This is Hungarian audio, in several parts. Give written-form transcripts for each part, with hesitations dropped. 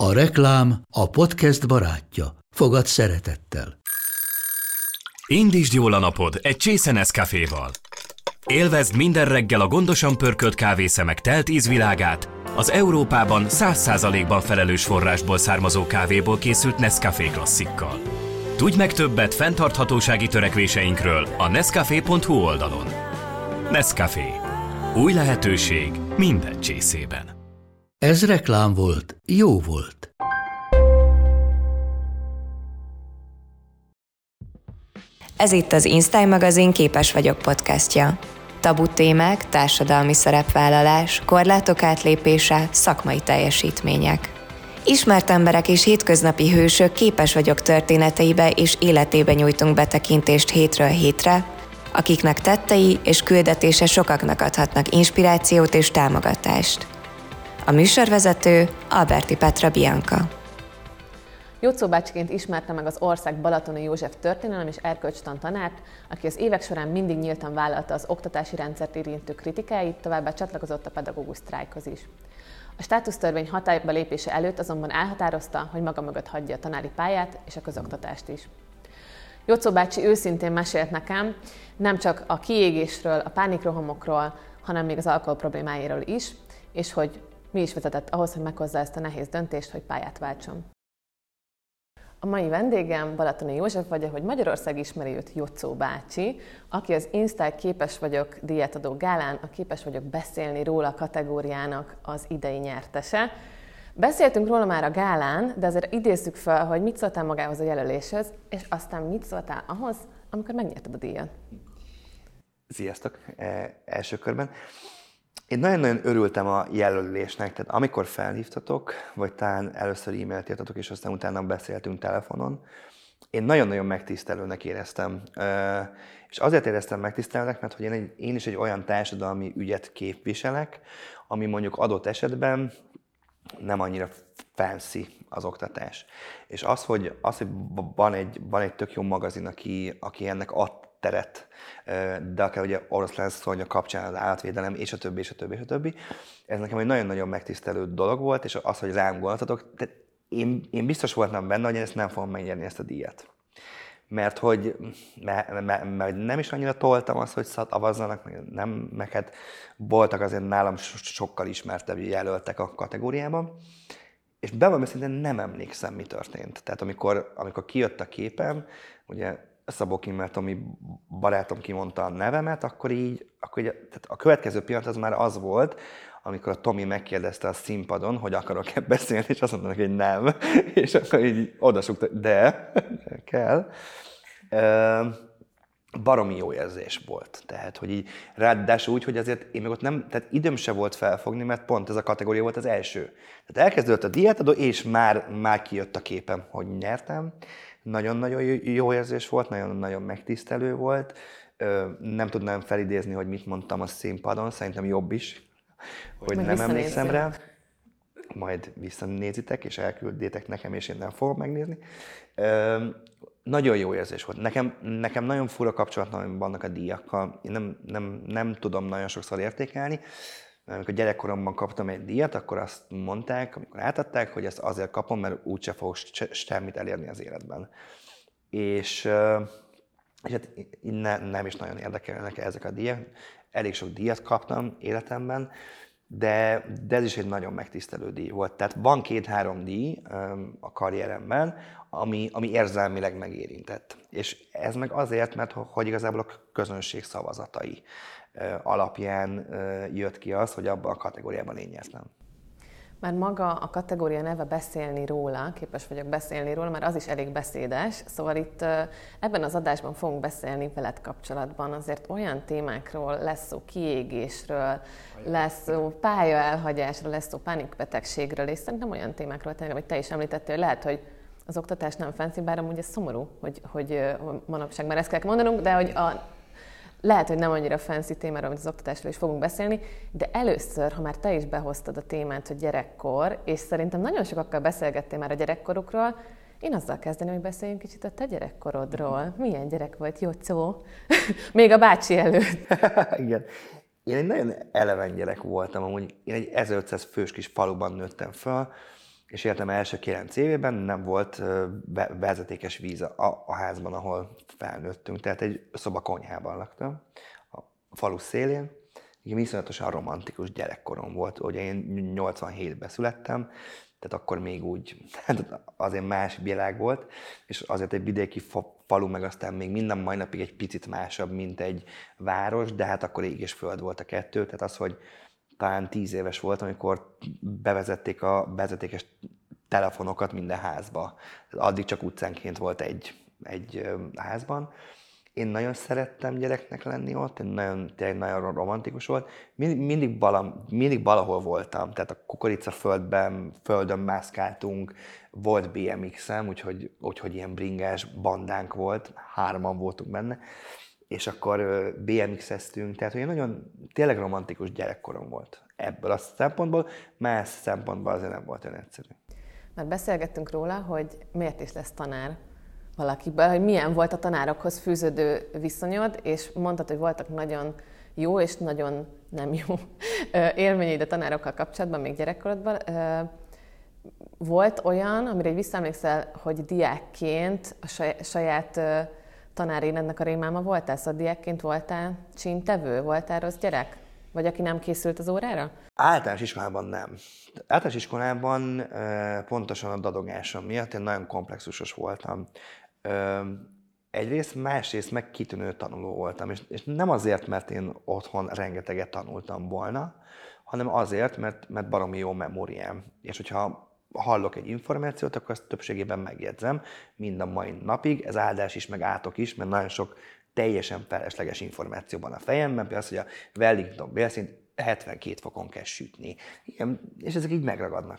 A reklám a podcast barátja. Fogad szeretettel. Indítsd jól a napod egy csésze Nescaféval. Élvezd minden reggel a gondosan pörkölt kávészemek telt ízvilágát, az Európában 100%-ban felelős forrásból származó kávéból készült Nescafé klasszikkal. Tudj meg többet fenntarthatósági törekvéseinkről a nescafé.hu oldalon. Nescafé. Új lehetőség minden csészében. Ez reklám volt, jó volt. Ez itt az InStyle magazin Képes vagyok podcastja. Tabu témák, társadalmi szerepvállalás, korlátok átlépése, szakmai teljesítmények. Ismert emberek és hétköznapi hősök Képes vagyok történeteibe és életébe nyújtunk betekintést hétről hétre, akiknek tettei és küldetése sokaknak adhatnak inspirációt és támogatást. A műsorvezető Alberti Petra Bianca. Jocó bácsiként ismerte meg az ország Balatoni József történelem és erkölcstan tanárt, aki az évek során mindig nyíltan vállalta az oktatási rendszert érintő kritikáit, továbbá csatlakozott a pedagógus sztrájkhoz is. A státusztörvény hatályba lépése előtt azonban elhatározta, hogy maga mögött hagyja a tanári pályát és a közoktatást is. Jocó bácsi őszintén mesélt nekem nem csak a kiégésről, a pánikrohamokról, hanem még az alkohol problémáiról is, és hogy mi is vezetett ahhoz, hogy meghozza ezt a nehéz döntést, hogy pályát váltson. A mai vendégem Balatoni József, vagy ahogy Magyarország ismeri őt, Jocó bácsi, aki az InStyle Képes vagyok díjátadó gálán a Képes vagyok beszélni róla kategóriának az idei nyertese. Beszéltünk róla már a gálán, de azért idézzük fel, hogy mit szóltál magához a jelöléshez, és aztán mit szóltál ahhoz, amikor megnyerted a díjat. Sziasztok! Első körben. Én nagyon-nagyon örültem a jelölésnek, tehát amikor felhívtatok, vagy talán először e-mailt írtatok, és aztán utána beszéltünk telefonon, én nagyon-nagyon megtisztelőnek éreztem. És azért éreztem megtisztelőnek, mert hogy én is egy olyan társadalmi ügyet képviselek, ami mondjuk adott esetben nem annyira fancy az oktatás. És az, hogy van egy tök jó magazin, aki ennek ad teret, de akár ugye oroszlán szornya kapcsán az állatvédelem, és a többi, és a többi, és a többi. Ez nekem egy nagyon-nagyon megtisztelő dolog volt, és az, hogy rám gondoltatok, tehát én biztos voltam benne, hogy én ezt nem fogom megnyerni, ezt a díjat. Mert hogy mert nem is annyira toltam azt, hogy szavazzanak, meg hát voltak azért nálam sokkal ismertebb jelöltek a kategóriában, és bevallom őszintén nem emlékszem, mi történt. Tehát amikor kijött a képem, ugye Szabó Kimmel Tomi barátom kimondta a nevemet, akkor tehát a következő pillanat az már az volt, amikor a Tomi megkérdezte a színpadon, hogy akarok-e beszélni, és azt mondta, hogy nem. És akkor így odasugta, de kell. Baromi jó érzés volt. Tehát, hogy így ráadásul úgy, hogy azért én még ott nem, tehát időm se volt felfogni, mert pont ez a kategória volt az első. Tehát elkezdődött a díjátadó, és már kijött a képem, hogy nyertem. Nagyon-nagyon jó érzés volt, nagyon-nagyon megtisztelő volt. Nem tudnám felidézni, hogy mit mondtam a színpadon, szerintem jobb is, hogy nem emlékszem rá. Majd visszanézitek, és elküldjétek nekem, és én nem fogom megnézni. Nagyon jó érzés volt. Nekem nagyon fura kapcsolatom vannak a díjakkal. Én nem tudom nagyon sokszor értékelni. Amikor gyerekkoromban kaptam egy díjat, akkor azt mondták, amikor átadták, hogy ezt azért kapom, mert úgyse fogok semmit elérni az életben. És hát nem is nagyon érdekelnek ezek a díjak. Elég sok díjat kaptam életemben, de ez is egy nagyon megtisztelő díj volt. Tehát van 2-3 díj a karrieremben, ami érzelmileg megérintett. És ez meg azért, mert hogy igazából a közönség szavazatai alapján jött ki az, hogy abban a kategóriában én nyertem. Már maga a kategória neve beszélni róla, képes vagyok beszélni róla, mert az is elég beszédes. Szóval itt ebben az adásban fogunk beszélni veled kapcsolatban. Azért olyan témákról lesz szó, kiégésről, lesz szó pályaelhagyásról, lesz szó pánikbetegségről, és szerintem olyan témákról tényleg, amit te is említettél, hogy lehet, hogy az oktatás nem fancy, bár amúgy ez szomorú, hogy manapság már ezt kell mondanunk, de hogy lehet, hogy nem annyira fancy témáról, mint az oktatásról is fogunk beszélni, de először, ha már te is behoztad a témát, hogy gyerekkor, és szerintem nagyon sokakkal beszélgettél már a gyerekkorukról, én azzal kezdeném, hogy beszéljünk kicsit a te gyerekkorodról. Milyen gyerek volt, Jocó? Még a bácsi előtt. Igen. Én egy nagyon eleven gyerek voltam, amúgy én egy 1500 fős kis faluban nőttem fel, és életem első 9 évében nem volt vezetékes víz a házban, ahol felnőttünk. Tehát egy szobakonyhában laktam, a falu szélén. Igen, viszonyatosan romantikus gyerekkorom volt. Ugye én 87-ben születtem, tehát akkor még úgy, azért más világ volt, és azért egy vidéki falu, meg aztán még minden mai napig egy picit másabb, mint egy város, de hát akkor ég és föld volt a kettő. Tehát az, hogy talán 10 éves voltam, amikor bevezették a vezetékes telefonokat minden házba. Addig csak utcánként volt egy házban. Én nagyon szerettem gyereknek lenni ott, tényleg nagyon romantikus volt. Mindig valahol voltam, tehát a kukoricaföldön mászkáltunk, volt BMX-em, úgyhogy ilyen bringás bandánk volt, 3-an voltunk benne, és akkor BMX-eztünk, tehát hogy nagyon tényleg romantikus gyerekkorom volt ebből a szempontból, más szempontból azért nem volt olyan egyszerű. Már beszélgettünk róla, hogy miért is lesz tanár valakiből, hogy milyen volt a tanárokhoz fűződő viszonyod, és mondtad, hogy voltak nagyon jó és nagyon nem jó élményeid a tanárokkal kapcsolatban, még gyerekkorodban. Volt olyan, amire visszaemlékszel, hogy diákként a saját tanárénednek a rémálma voltál? Szóval diákként voltál csíntevő? Voltál rossz gyerek? Vagy aki nem készült az órára? Általános iskolában nem. Általános iskolában pontosan a dadogásom miatt én nagyon komplexusos voltam. Egyrészt, másrészt meg kitűnő tanuló voltam. És nem azért, mert én otthon rengeteget tanultam volna, hanem azért, mert baromi jó memóriám. És hogyha hallok egy információt, akkor azt többségében megjegyzem, mind a mai napig. Ez áldás is, meg átok is, mert nagyon sok teljesen felesleges információ van a fejemben, például az, hogy a Wellington bélszínt 72 fokon kell sütni. Igen, és ezek így megragadnak.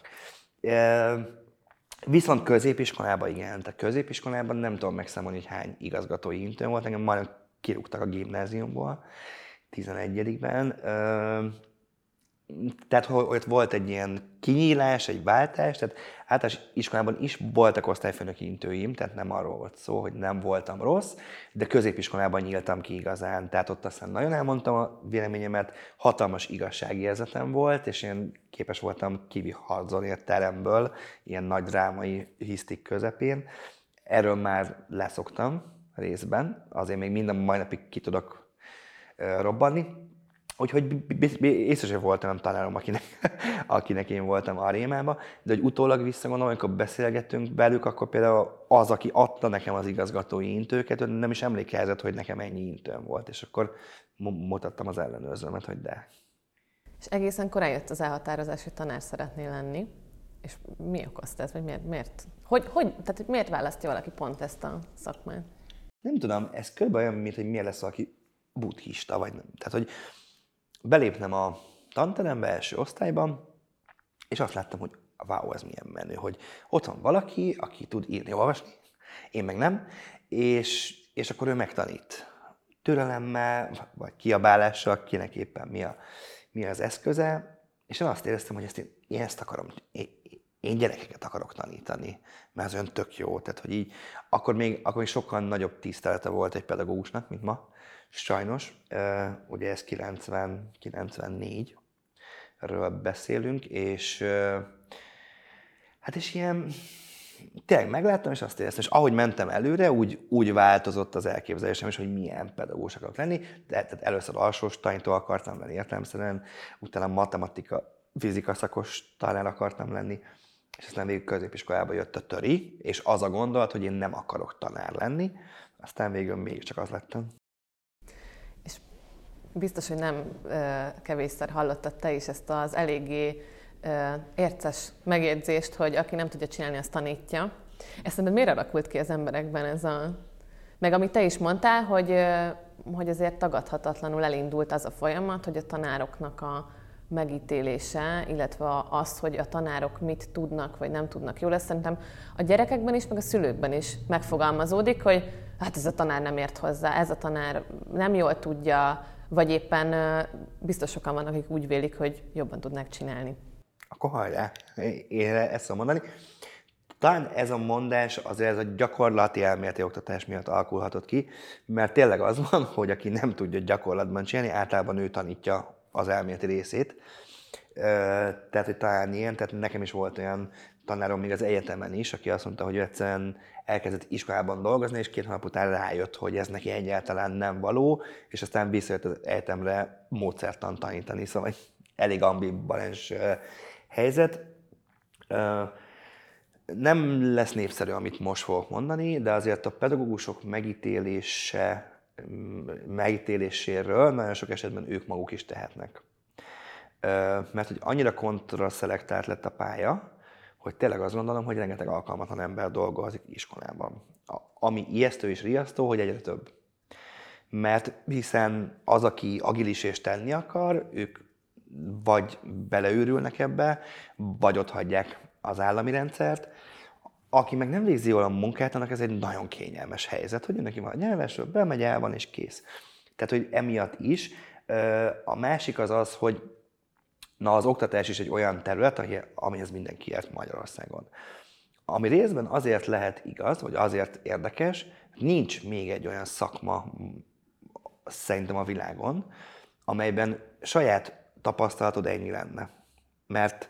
Viszont középiskolában igen, tehát középiskolában nem tudom megszámolni, hogy hány igazgatói intőn volt, engem majdnem kirúgtak a gimnáziumból, 11-ben. Tehát ott volt egy ilyen kinyílás, egy váltás, tehát általános iskolában is voltak osztályfőnöki intőim, tehát nem arról volt szó, hogy nem voltam rossz, de középiskolában nyíltam ki igazán, tehát ott aztán nagyon elmondtam a véleményemet, hatalmas igazságérzetem volt, és én képes voltam kiviharcolni a teremből, ilyen nagy drámai hisztik közepén. Erről már leszoktam részben, azért még minden mai napig ki tudok robbanni. Úgyhogy észre sem volt olyan tanárom, akinek én voltam a rémába, de hogy utólag visszagondolom, amikor beszélgettünk velük, akkor például az, aki adta nekem az igazgatói intőket, nem is emlékezett, hogy nekem ennyi intőm volt, és akkor mutattam az ellenőrzőmet, hogy de. És egészen korán jött az elhatározás, hogy tanár szeretnél lenni, és mi okozta ez, vagy miért? Tehát miért választja valaki pont ezt a szakmát? Nem tudom, ez kb. Olyan, mint hogy miért lesz valaki buddhista, vagy nem. Tehát, hogy belépnem a tanterembe első osztályban, és azt láttam, hogy wow, ez milyen menő, hogy ott van valaki, aki tud írni, olvasni, én meg nem, és akkor ő megtanít. Türelemmel, vagy kiabálással, kinek éppen mi az eszköze, és én azt éreztem, hogy én ezt akarom, én gyerekeket akarok tanítani, mert ez olyan tök jó, tehát hogy így, akkor még sokkal nagyobb tisztelete volt egy pedagógusnak, mint ma, sajnos, ugye ez 94-ről beszélünk, és hát és ilyen, tényleg megláttam, és azt éreztem, és ahogy mentem előre, úgy változott az elképzelésem is, hogy milyen pedagógus akarok lenni. Tehát először alsós tanító akartam lenni értelemszerűen, utána matematika, fizika szakos tanár akartam lenni, és aztán végül középiskolába jött a töri, és az a gondolat, hogy én nem akarok tanár lenni, aztán végül mégiscsak az lettem. És biztos, hogy nem kevésszer hallottad te is ezt az eléggé érces megjegyzést, hogy aki nem tudja csinálni, azt tanítja. Ezt szerintem miért alakult ki az emberekben ez a... Meg amit te is mondtál, hogy azért tagadhatatlanul elindult az a folyamat, hogy a tanároknak a megítélése, illetve az, hogy a tanárok mit tudnak, vagy nem tudnak jól, ezt szerintem a gyerekekben is, meg a szülőkben is megfogalmazódik, hogy hát ez a tanár nem ért hozzá, ez a tanár nem jól tudja, vagy éppen biztos sokan vannak, akik úgy vélik, hogy jobban tudnák csinálni. Akkor hajrá, én ezt tudom mondani. Talán ez a mondás azért ez a gyakorlati elméleti oktatás miatt alakulhatott ki, mert tényleg az van, hogy aki nem tudja gyakorlatban csinálni, általában ő tanítja az elméleti részét. Tehát, hogy talán ilyen, tehát nekem is volt olyan tanárom még az egyetemen is, aki azt mondta, hogy ő egyszerűen elkezdett iskolában dolgozni, és 2 hónap után rájött, hogy ez neki egyáltalán nem való, és aztán visszajött az egyetemre módszertant tanítani, szóval egy elég ambivalens helyzet. Nem lesz népszerű, amit most fogok mondani, de azért a pedagógusok megítéléséről nagyon sok esetben ők maguk is tehetnek. Mert hogy annyira kontraszelektált lett a pálya, hogy tényleg azt gondolom, hogy rengeteg alkalmatlan ember dolgozik iskolában. Ami ijesztő és riasztó, hogy egyre több. Mert hiszen az, aki agilis és tenni akar, ők vagy beleőrülnek ebbe, vagy otthagyják az állami rendszert. Aki meg nem végzi jól a munkát, annak ez egy nagyon kényelmes helyzet, hogy neki van a nyelvesről, bemegy, el van és kész. Tehát, hogy emiatt is. A másik az, hogy az oktatás is egy olyan terület, amihez mindenki ért Magyarországon. Ami részben azért lehet igaz, vagy azért érdekes, nincs még egy olyan szakma szerintem a világon, amelyben saját tapasztalatod ennyi lenne. Mert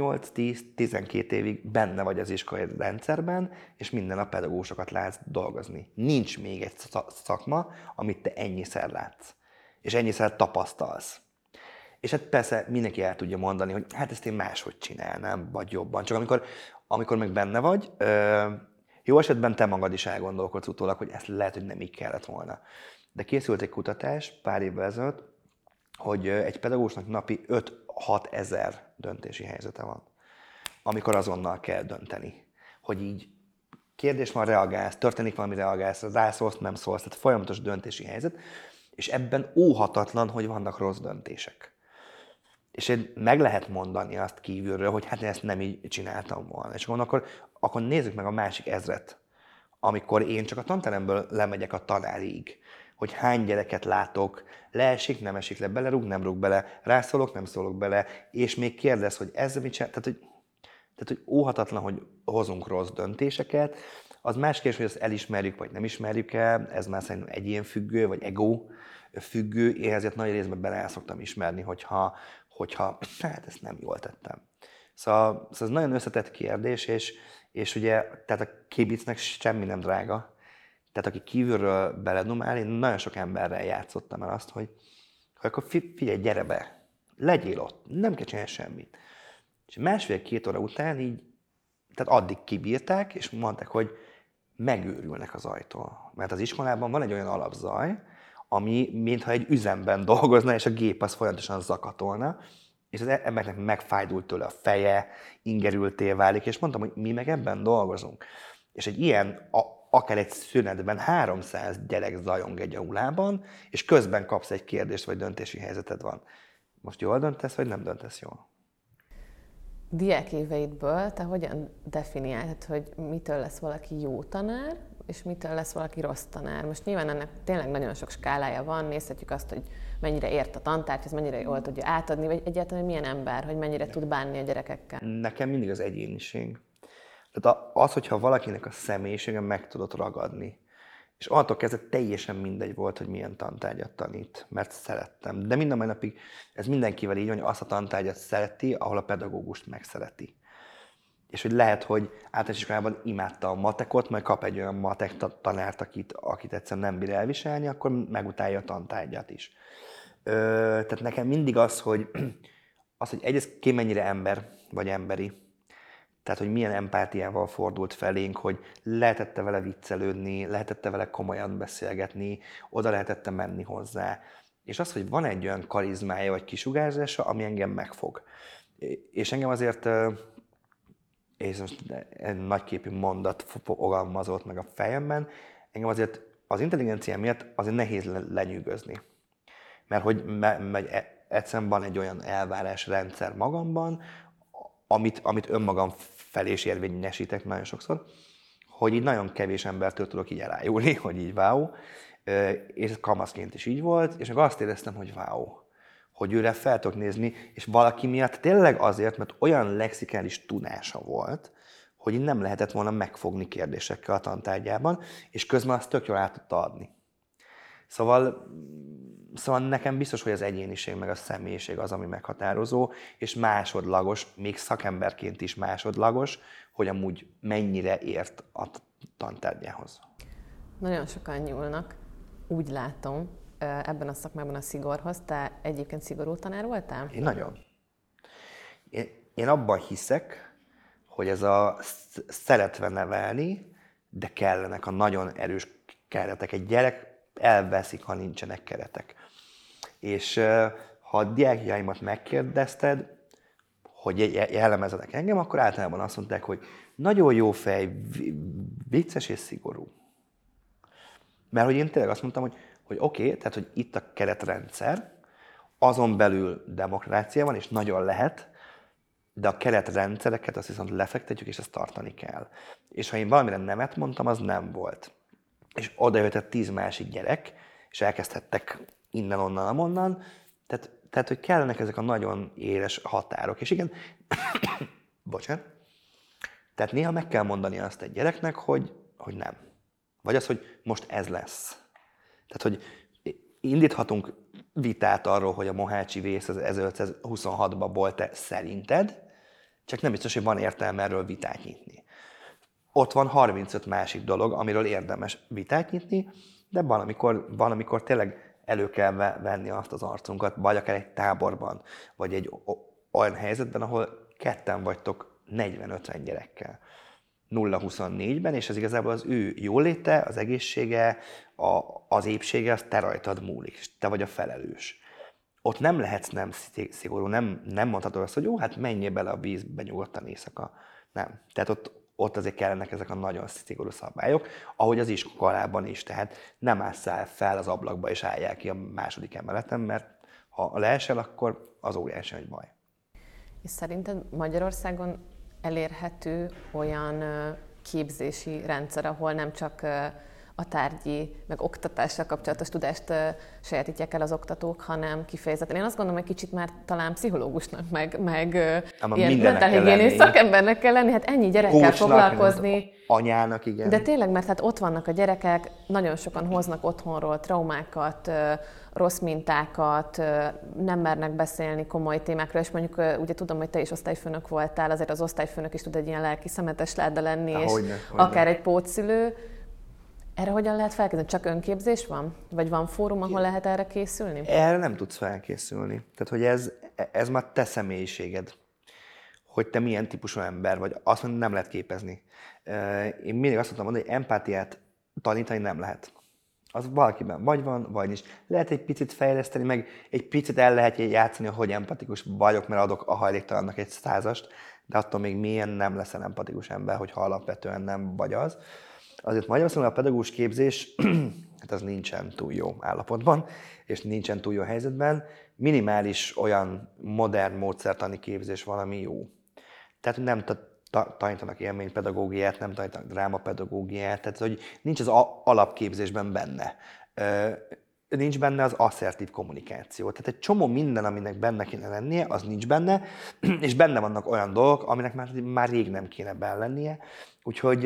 8-10-12 évig benne vagy az iskolai rendszerben, és minden nap pedagógusokat látsz dolgozni. Nincs még egy szakma, amit te ennyiszer látsz, és ennyiszer tapasztalsz. És hát persze mindenki el tudja mondani, hogy hát ezt én máshogy csinálnám, vagy jobban. Csak amikor meg benne vagy, jó esetben te magad is elgondolkodsz utólag, hogy ezt lehet, hogy nem így kellett volna. De készült egy kutatás pár évvel ezelőtt, hogy egy pedagógusnak napi 5-6 ezer döntési helyzete van, amikor azonnal kell dönteni. Hogy így kérdés van, reagálsz, történik valami, reagálsz, rászólsz, nem szólsz, tehát folyamatos döntési helyzet, és ebben óhatatlan, hogy vannak rossz döntések. És meg lehet mondani azt kívülről, hogy hát én ezt nem így csináltam volna. És akkor nézzük meg a másik ezret, amikor én csak a tanteremből lemegyek a tanárig, hogy hány gyereket látok, leesik, nem esik le, belerúg, nem rúg bele, rászólok, nem szólok bele, és még kérdez, hogy ezzel mit csinál. Tehát, hogy óhatatlan, hogy hozunk rossz döntéseket. Az más kérdés, hogy ezt elismerjük, vagy nem ismerjük el, ez már szerintem egyénfüggő, vagy ego függő. Én ezért nagy részben bele el szoktam ismerni, hogyha hát ezt nem jól tettem. Szóval ez nagyon összetett kérdés, és ugye tehát a kibicnek semmi nem drága. Tehát aki kívülről beledumál, én nagyon sok emberrel játszottam el azt, hogy akkor figyelj, gyere be, legyél ott, nem kell csinálni semmit. És 1,5-2 óra után így, tehát addig kibírták, és mondták, hogy megőrülnek az ajtól. Mert az iskolában van egy olyan alapzaj, ami mintha egy üzemben dolgozna, és a gép az folyamatosan zakatolna, és az embernek megfájdult tőle a feje, ingerülté válik, és mondtam, hogy mi meg ebben dolgozunk. És egy ilyen, akár egy szünetben 300 gyerek zajong egy aulában, és közben kapsz egy kérdést, vagy döntési helyzeted van. Most jól döntesz, vagy nem döntesz jól? Diákéveidből te hogyan definiáltad, hogy mitől lesz valaki jó tanár, és mitől lesz valaki rossz tanár? Most nyilván ennek tényleg nagyon sok skálája van, nézhetjük azt, hogy mennyire ért a tantárgy, mennyire jól tudja átadni, vagy egyáltalán milyen ember, hogy mennyire tud bánni a gyerekekkel. Nekem mindig az egyéniség. Tehát az, hogyha valakinek a személyisége meg tudod ragadni. És attól kezdve teljesen mindegy volt, hogy milyen tantárgyat tanít, mert szerettem. De mind a mai napig ez mindenkivel így van, hogy azt a tantárgyat szereti, ahol a pedagógust megszereti. És hogy lehet, hogy általános iskolában imádta a matekot, majd kap egy olyan matek tanárt, akit egyszerűen nem bír elviselni, akkor megutálja a tantárgyat is. Tehát nekem mindig az, hogy egyrészt ki mennyire ember vagy emberi. Tehát, hogy milyen empátiával fordult felénk, hogy lehetette vele viccelődni, lehetette vele komolyan beszélgetni, oda lehetette menni hozzá. És az, hogy van egy olyan karizmája vagy kisugárzása, ami engem megfog. És engem azért, és most egy nagyképű mondat fogalmazott meg a fejemben, engem azért az intelligencia miatt azért nehéz lenyűgözni. Mert hogy egyszerűen van egy olyan elvárásrendszer magamban, amit önmagam felé is érvényesítek nagyon sokszor, hogy így nagyon kevés embertől tudok így elájulni, hogy így wow, és ez kamaszként is így volt, és meg azt éreztem, hogy wow, hogy őre fel tudok nézni, és valaki miatt tényleg azért, mert olyan lexikális tudása volt, hogy nem lehetett volna megfogni kérdésekkel a tantárgyában, és közben azt tök jól át tudta adni. Szóval nekem biztos, hogy az egyéniség meg a személyiség az, ami meghatározó, és másodlagos, még szakemberként is másodlagos, hogy amúgy mennyire ért a tantárgyához. Nagyon sokan nyúlnak, úgy látom, ebben a szakmában a szigorhoz. Te egyébként szigorú tanár voltál? Én nagyon. Én abban hiszek, hogy ez a szeretve nevelni, de kellenek a nagyon erős keretek. Egy gyerek elveszik, ha nincsenek keretek. És ha a diákjaimat megkérdezted, hogy jellemezzenek engem, akkor általában azt mondták, hogy nagyon jó fej, vicces és szigorú. Mert hogy én tényleg azt mondtam, hogy oké, tehát hogy itt a keretrendszer, azon belül demokrácia van, és nagyon lehet, de a keretrendszereket azt viszont lefektetjük, és ezt tartani kell. És ha én valamire nemet mondtam, az nem volt. És odajöhetett 10 másik gyerek, és elkezdhettek innen, onnan, amonnan. Tehát, hogy kellenek ezek a nagyon éles határok. És igen, bocsánat. Tehát néha meg kell mondani azt egy gyereknek, hogy nem. Vagy az, hogy most ez lesz. Tehát, hogy indíthatunk vitát arról, hogy a Mohácsi vész az 1526-ban volt-e szerinted, csak nem biztos, hogy van értelme erről vitát nyitni. Ott van 35 másik dolog, amiről érdemes vitát nyitni, de van, amikor tényleg elő kell venni azt az arcunkat, vagy akár egy táborban, vagy egy olyan helyzetben, ahol ketten vagytok 40-50 gyerekkel. 0-24-ben, és ez igazából az ő jóléte, az egészsége, az épsége, az te rajtad múlik, és te vagy a felelős. Ott nem lehetsz nem szigorú, nem mondhatod azt, hogy jó, hát menjél bele a vízbe nyugodtan éjszaka. Nem. Tehát ott azért kellenek ezek a nagyon szigorú szabályok, ahogy az iskolában is. Tehát nem ásszál fel az ablakba és álljál ki a második emeleten, mert ha leesel, akkor az óriási nagy baj. És szerinted Magyarországon elérhető olyan képzési rendszer, ahol nem csak a tárgyi, meg oktatással kapcsolatos tudást sajátítják el az oktatók, hanem kifejezetten. Én azt gondolom, hogy kicsit már talán pszichológusnak, meg ilyen mentálhigiénész szakembernek kell lenni, hát ennyi gyerekkel foglalkozni. Anyának, igen. De tényleg, mert hát ott vannak a gyerekek, nagyon sokan hoznak otthonról traumákat, rossz mintákat, nem mernek beszélni komoly témákról, és mondjuk ugye tudom, hogy te is osztályfőnök voltál, azért az osztályfőnök is tud egy ilyen lelki szemetes láda lenni, és hogyne. Akár egy pótszülő. Erre hogyan lehet felkészülni? Csak önképzés van? Vagy van fórum, ahol lehet erre készülni? Erre nem tudsz felkészülni. Tehát, hogy ez már te személyiséged. Hogy te milyen típusú ember vagy. Azt mondom, nem lehet képezni. Én mindig azt mondtam mondani, hogy empátiát tanítani nem lehet. Az valakiben vagy van, vagy nincs. Lehet egy picit fejleszteni, meg egy picit el lehet játszani, hogy empatikus vagyok, mert adok a hajléktalannak egy 100-ast, de attól még milyen nem leszel empatikus ember, hogyha alapvetően nem vagy az. Azért Magyarországon a pedagógus képzés, hát az nincsen túl jó állapotban, és nincsen túl jó helyzetben. Minimális olyan modern módszertani képzés van, ami jó. Tehát nem tanítanak élménypedagógiát, nem tanítanak drámapedagógiát, tehát hogy nincs az alapképzésben benne. Nincs benne az asszertív kommunikáció. Tehát egy csomó minden, aminek benne kéne lennie, az nincs benne, és benne vannak olyan dolgok, aminek már rég nem kéne benne lennie. Úgyhogy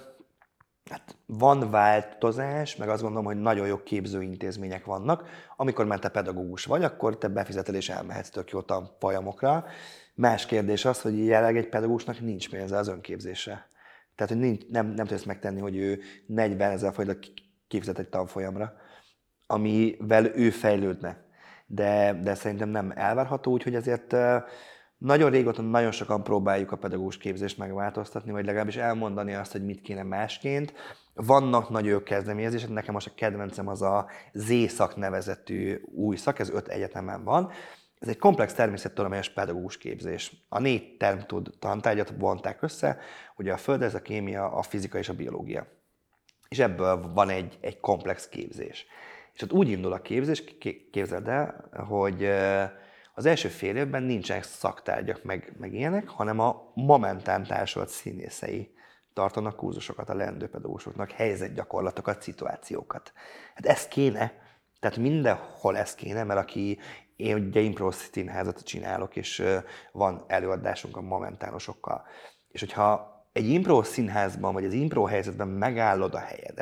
hát van változás, meg azt gondolom, hogy nagyon jó képzőintézmények vannak. Amikor már te pedagógus vagy, akkor te befizetel és elmehetsz tök jó tanfolyamokra. Más kérdés az, hogy jelenleg egy pedagógusnak nincs pénze az önképzésre. Tehát, hogy nem tudsz megtenni, hogy ő 40 000 forintot kifizet egy tanfolyamra, amivel ő fejlődne. De szerintem nem elvárható, úgyhogy ezért nagyon régóta nagyon sokan próbáljuk a pedagógus képzést megváltoztatni, vagy legalábbis elmondani azt, hogy mit kéne másként. Vannak nagyon jó kezdeményezések, nekem most a kedvencem az a Z-szak nevezetű új szak, ez 5 egyetemen van. Ez egy komplex természettudományos pedagógus képzés. A 4 termtud tantárgyat vonták össze, ugye a földrajz, a kémia, a fizika és a biológia. És ebből van egy komplex képzés. És ott úgy indul a képzés, képzeld el, hogy az első fél évben nincsenek szaktárgyak meg ilyenek, hanem a momentán társult színészei tartanak kurzusokat a leendő pedagógusoknak, helyzetgyakorlatokat, szituációkat. Hát ez kéne, tehát mindenhol ez kéne, mert én ugye improv színházat csinálok, és van előadásunk a momentánosokkal. És hogyha egy improv színházban, vagy az improv helyzetben megállod a helyedet,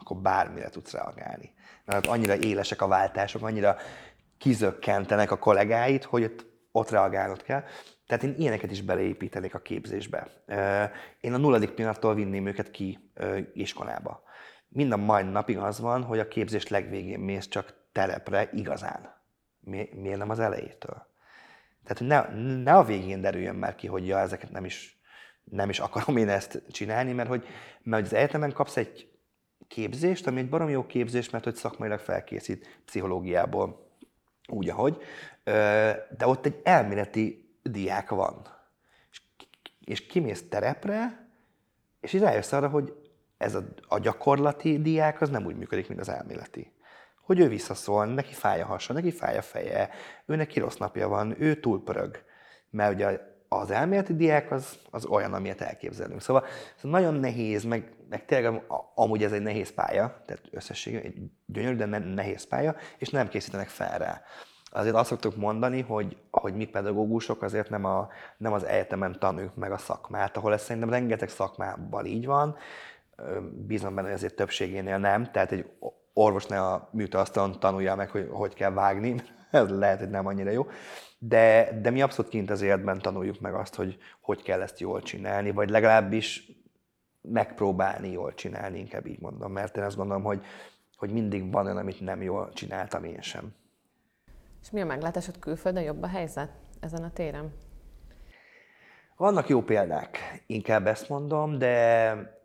akkor bármire tudsz reagálni. Mert annyira élesek a váltások, annyira kizökkentenek a kollégáid, hogy ott reagálnod kell. Tehát én ilyeneket is beleépítenék a képzésbe. Én a 0. pillanattól vinném őket ki iskolába. Minden mai napig az van, hogy a képzés legvégén mész csak terepre igazán. Miért nem az elejétől? Tehát ne a végén derüljön már ki, hogy ezeket nem is akarom én ezt csinálni, mert hogy az egyetemen kapsz egy képzést, ami egy baromi jó képzés, mert hogy szakmailag felkészít pszichológiából úgy, ahogy, de ott egy elméleti diák van. És kimész terepre, és így rájössz arra, hogy ez a gyakorlati diák az nem úgy működik, mint az elméleti. Hogy ő visszaszól, neki fáj a hasa, neki fáj a feje, ő neki rossz napja van, ő túlpörög. Mert ugye az elméleti diák az olyan, amilyet elképzelünk. Szóval nagyon nehéz, meg tényleg amúgy ez egy nehéz pálya, tehát összességében egy gyönyörű, de nehéz pálya, és nem készítenek fel rá. Azért azt szoktuk mondani, hogy mi pedagógusok azért nem az egyetemen tanuljuk meg a szakmát, ahol ez szerintem rengeteg szakmában így van, bízom benne, hogy azért többségénél nem, tehát egy orvos ne a műtőasztalon tanulja meg, hogy kell vágni, ez lehet, hogy nem annyira jó, de mi abszolút kint az életben tanuljuk meg azt, hogy kell ezt jól csinálni, vagy legalábbis megpróbálni jól csinálni, inkább így mondom, mert én azt gondolom, hogy mindig van olyan, amit nem jól csináltam én sem. És mi a meglátásod, külföldön jobb a helyzet ezen a téren? Vannak jó példák, inkább ezt mondom, de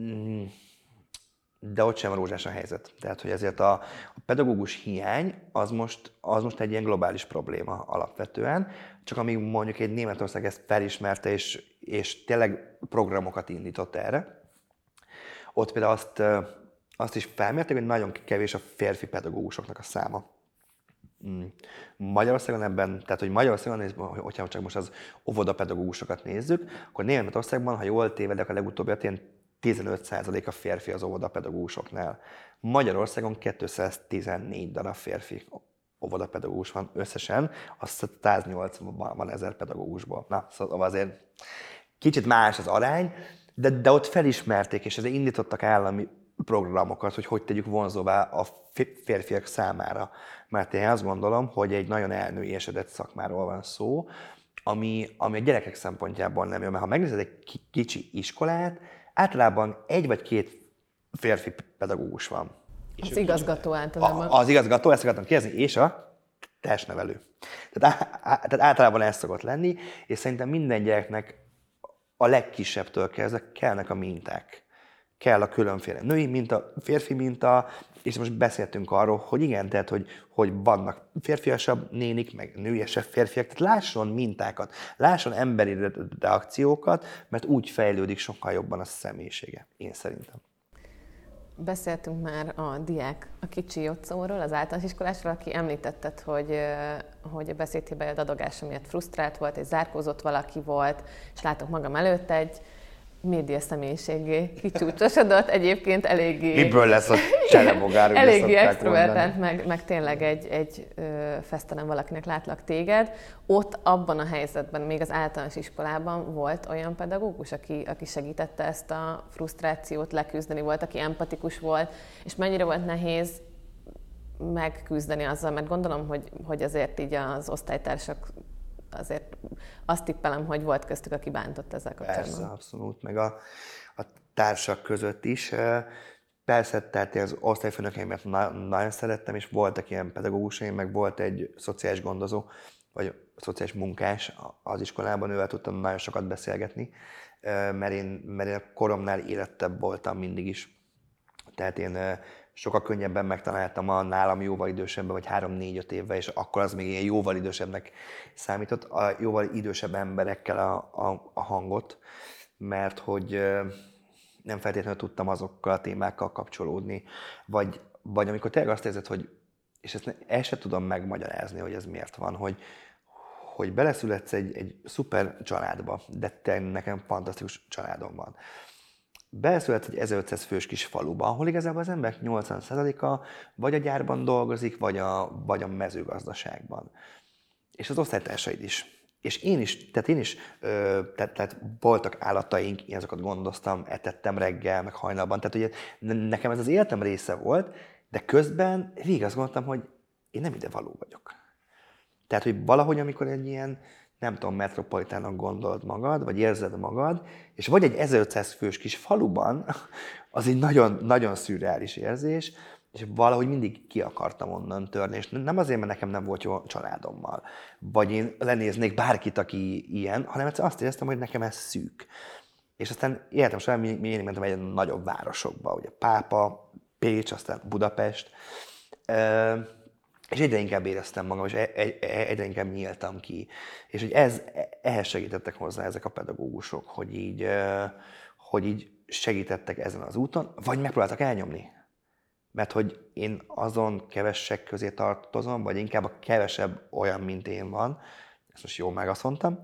ott sem rózsás a helyzet. Tehát, hogy ezért a pedagógus hiány az most egy ilyen globális probléma alapvetően, csak amíg mondjuk egy Németország ezt felismerte, és tényleg programokat indított erre, ott például azt is felmérték, hogy nagyon kevés a férfi pedagógusoknak a száma. Magyarországon ebben, tehát hogy Magyarországon, hogyha csak most az óvodapedagógusokat nézzük, akkor Németországban, ha jól tévedek, a legutóbbi ilyen 15% a férfi az óvodapedagógusoknál. Magyarországon 214 darab férfi óvodapedagógus van összesen, az 180 000 pedagógusból. Na, szóval azért kicsit más az arány, de ott felismerték, és ezért indítottak állami programokat, hogy tegyük vonzóvá a férfiak számára. Mert én azt gondolom, hogy egy nagyon elnőiesedett szakmáról van szó, ami a gyerekek szempontjából nem jó. Mert ha megnézed egy kicsi iskolát, általában 1 vagy 2 férfi pedagógus van. Az igazgató általában. Az igazgató, ezt akartam kérdezni, és a testnevelő. Tehát általában ez szokott lenni, és szerintem minden gyereknek a legkisebbtől kezdve kellnek a minták. Kell a különféle női minta, férfi minta, és most beszéltünk arról, hogy igen, tehát hogy vannak férfiasabb nénik, meg nőiesebb férfiak, tehát lásson mintákat, lásson emberi reakciókat, mert úgy fejlődik sokkal jobban a személyisége, én szerintem. Beszéltünk már a kicsi Jocóról, az általános iskolásról, aki említetted, hogy a beszédhibája dadogása miatt frusztrált volt, és zárkózott valaki volt, és látok magam előtt egy média személyiségé kicsúcsosodott, egyébként eléggé... Miből lesz a cselebogár? Eléggé extrovertált, meg tényleg egy fesztelen valakinek látlak téged. Ott abban a helyzetben, még az általános iskolában volt olyan pedagógus, aki segítette ezt a frusztrációt leküzdeni, volt, aki empatikus volt, és mennyire volt nehéz megküzdeni azzal, mert gondolom, hogy azért így az osztálytársak azért azt tippelem, hogy volt köztük, aki bántott ezzel kapcsolatban. Persze, abszolút, meg a társak között is. Persze, tehát én az osztályfőnökeimet nagyon szerettem, és voltak ilyen pedagógusaim, meg volt egy szociális gondozó, vagy szociális munkás az iskolában, ővel tudtam nagyon sokat beszélgetni, mert én a koromnál érettebb voltam mindig is. Tehát én sokkal könnyebben megtaláltam a nálam jóval idősebben, vagy 3-4-5 évvel, és akkor az még ilyen jóval idősebbnek számított, a jóval idősebb emberekkel a hangot, mert hogy nem feltétlenül tudtam azokkal a témákkal kapcsolódni. Vagy amikor tényleg azt érzed, hogy, és ezt sem tudom megmagyarázni, hogy ez miért van, hogy beleszületsz egy szuper családba, de te nekem fantasztikus családom van. Beleszületsz egy 1500 fős kis faluba, ahol igazából az emberek 80%-a vagy a gyárban dolgozik, vagy a mezőgazdaságban. És az osztálytársaid is. És én is, tehát voltak állataink, én azokat gondoztam, etettem reggel, meg hajnalban, tehát ugye nekem ez az életem része volt, de közben végig azt gondoltam, hogy én nem ide való vagyok. Tehát, hogy valahogy, amikor egy ilyen, nem tudom, metropolitának gondolod magad, vagy érzed magad, és vagy egy 1500 fős kis faluban, az egy nagyon, nagyon szürreális érzés, és valahogy mindig ki akartam onnan törni, és nem azért, mert nekem nem volt jó családommal, vagy én lenéznék bárkit, aki ilyen, hanem egyszerűen azt éreztem, hogy nekem ez szűk. És aztán életem során mindig mentem egy nagyobb városokba, ugye Pápa, Pécs, aztán Budapest, és egyre inkább éreztem magam, és egyre inkább nyíltam ki. És hogy ehhez segítettek hozzá ezek a pedagógusok, hogy így segítettek ezen az úton, vagy megpróbáltak elnyomni. Mert hogy én azon kevesek közé tartozom, vagy inkább a kevesebb olyan, mint én van, ezt most jól meg azt mondtam,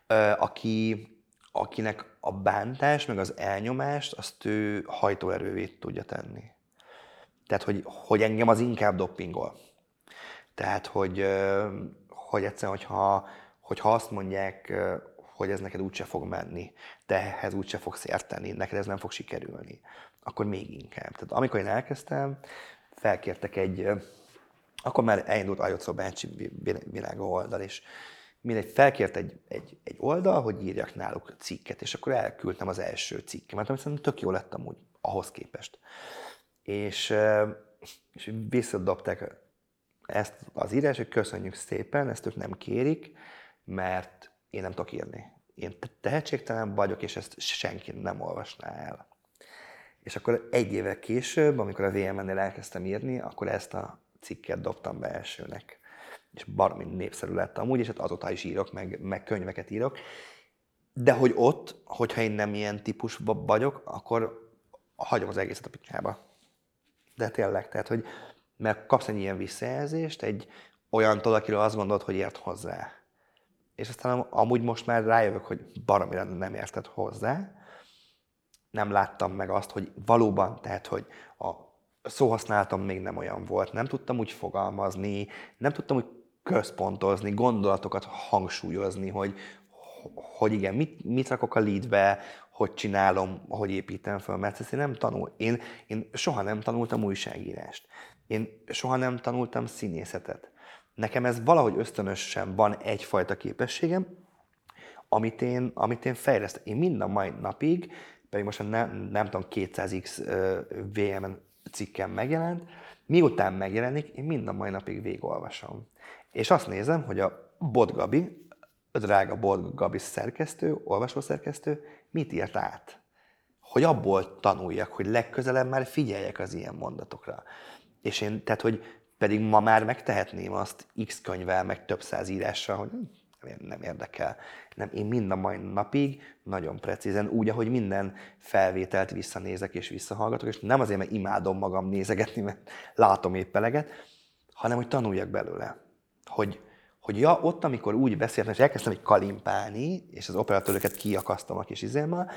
akinek a bántás, meg az elnyomást, azt ő hajtóerővé tudja tenni. Tehát, hogy engem az inkább doppingol. Tehát, hogy egyszerűen, hogyha azt mondják, hogy ez neked úgyse fog menni, te ehhez úgyse fogsz érteni, neked ez nem fog sikerülni, akkor még inkább. Tehát amikor én elkezdtem, felkértek akkor már elindult Ajocó bácsi világa oldal, és mindegy, felkért egy oldal, hogy írjak náluk cikket, és akkor elküldtem az első cikkemet, ami szerintem tök jó lett amúgy ahhoz képest. És visszadobták ezt az írás, hogy köszönjük szépen, ezt ők nem kérik, mert én nem tudok írni. Én tehetségtelen vagyok, és ezt senki nem olvasná el. És akkor egy évvel később, amikor a VMN-nél elkezdtem írni, akkor ezt a cikket dobtam be elsőnek. És baromi népszerű lett amúgy, és hát azóta is írok, meg könyveket írok. De hogy ott, hogyha én nem ilyen típus vagyok, akkor hagyom az egészet a picsába. De tényleg, tehát, hogy mert kapsz egy ilyen visszajelzést, egy olyantól, akiről azt gondolod, hogy ért hozzá. És aztán amúgy most már rájövök, hogy baromira nem érted hozzá. Nem láttam meg azt, hogy valóban, tehát, hogy a szóhasználatom még nem olyan volt. Nem tudtam úgy fogalmazni, nem tudtam úgy központozni, gondolatokat hangsúlyozni, hogy igen, mit rakok a leadbe, hogy csinálom, hogy építem fel, mert ezt én soha nem tanultam újságírást. Én soha nem tanultam színészetet. Nekem ez valahogy ösztönösen van egyfajta képességem, amit én fejlesztem. Én mind a mai napig, pedig most nem tudom, 200x VMN cikkem megjelent, miután megjelenik, én mind a mai napig végigolvasom. És azt nézem, hogy a Bot Gabi, a drága Bot Gabi szerkesztő, olvasószerkesztő, mit írt át? Hogy abból tanuljak, hogy legközelebb már figyeljek az ilyen mondatokra. És én, tehát, hogy pedig ma már megtehetném azt X könyvvel, meg több száz írással, hogy nem érdekel. Nem, én mind a mai napig nagyon precízen, úgy, ahogy minden felvételt visszanézek és visszahallgatok, és nem azért, mert imádom magam nézegetni, mert látom épp eleget, hanem, hogy tanuljak belőle. Hogy ja, ott, amikor úgy beszéltem, és elkezdtem egy kalimpálni, és az operatőröket kiakasztom a kis izémmel,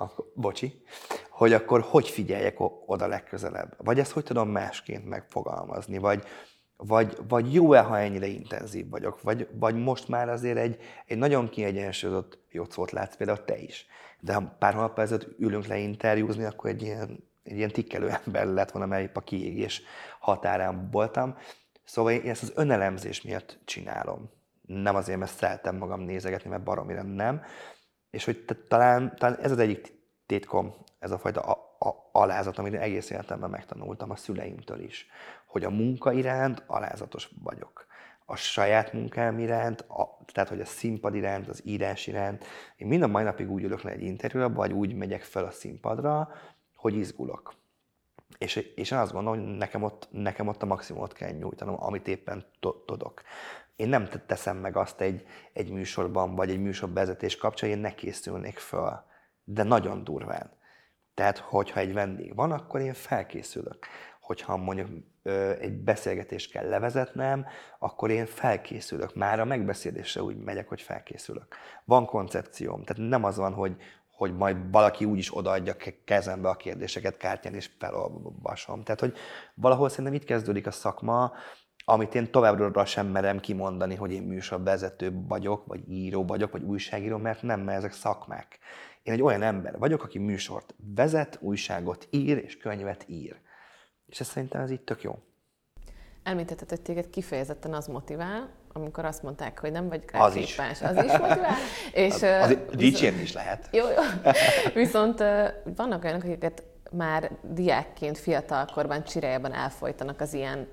hogy akkor hogy figyeljek oda legközelebb. Vagy ezt hogy tudom másként megfogalmazni, vagy jó-e, ha ennyire intenzív vagyok, vagy most már azért egy nagyon kiegyensúlyozott Jocót látsz, például te is. De ha pár hónappal ezelőtt ülünk le interjúzni, akkor egy ilyen tikkelő ember lett volna, mert épp a kiégés határán voltam. Szóval én ezt az önelemzés miatt csinálom. Nem azért, mert szeretem magam nézegetni, mert baromira nem. És hogy talán ez az egyik titkom, ez a fajta alázat, amit egész életemben megtanultam a szüleimtől is. Hogy a munka iránt alázatos vagyok. A saját munkám iránt, tehát hogy a színpad iránt, az írás iránt. Én mind a mai napig úgy ülök le egy interjúra, vagy úgy megyek fel a színpadra, hogy izgulok. És én azt gondolom, hogy nekem ott a maximumot kell nyújtanom, amit éppen tudok. Én nem teszem meg azt egy műsorban, vagy egy műsorvezetés kapcsán, én ne készülnék föl. De nagyon durván. Tehát, hogyha egy vendég van, akkor én felkészülök. Hogyha mondjuk egy beszélgetést kell levezetnem, akkor én felkészülök. Már a megbeszélésre úgy megyek, hogy felkészülök. Van koncepcióm. Tehát nem az van, hogy majd valaki úgyis odaadja kezembe a kérdéseket kártyán, és felolvasom. Tehát, hogy valahol szerintem itt kezdődik a szakma, amit én továbbra sem merem kimondani, hogy én műsorvezető vagyok, vagy író vagyok, vagy újságíró, mert ezek szakmák. Én egy olyan ember vagyok, aki műsort vezet, újságot ír, és könyvet ír. És ez szerintem ez így tök jó. Említetted, hogy téged kifejezetten az motivál, amikor azt mondták, hogy nem vagy az képes. Az is motivál. És, dicsérni is lehet. Jó. Viszont vannak olyanok, akiket már diákként, fiatalkorban, csirájában elfojtanak az ilyen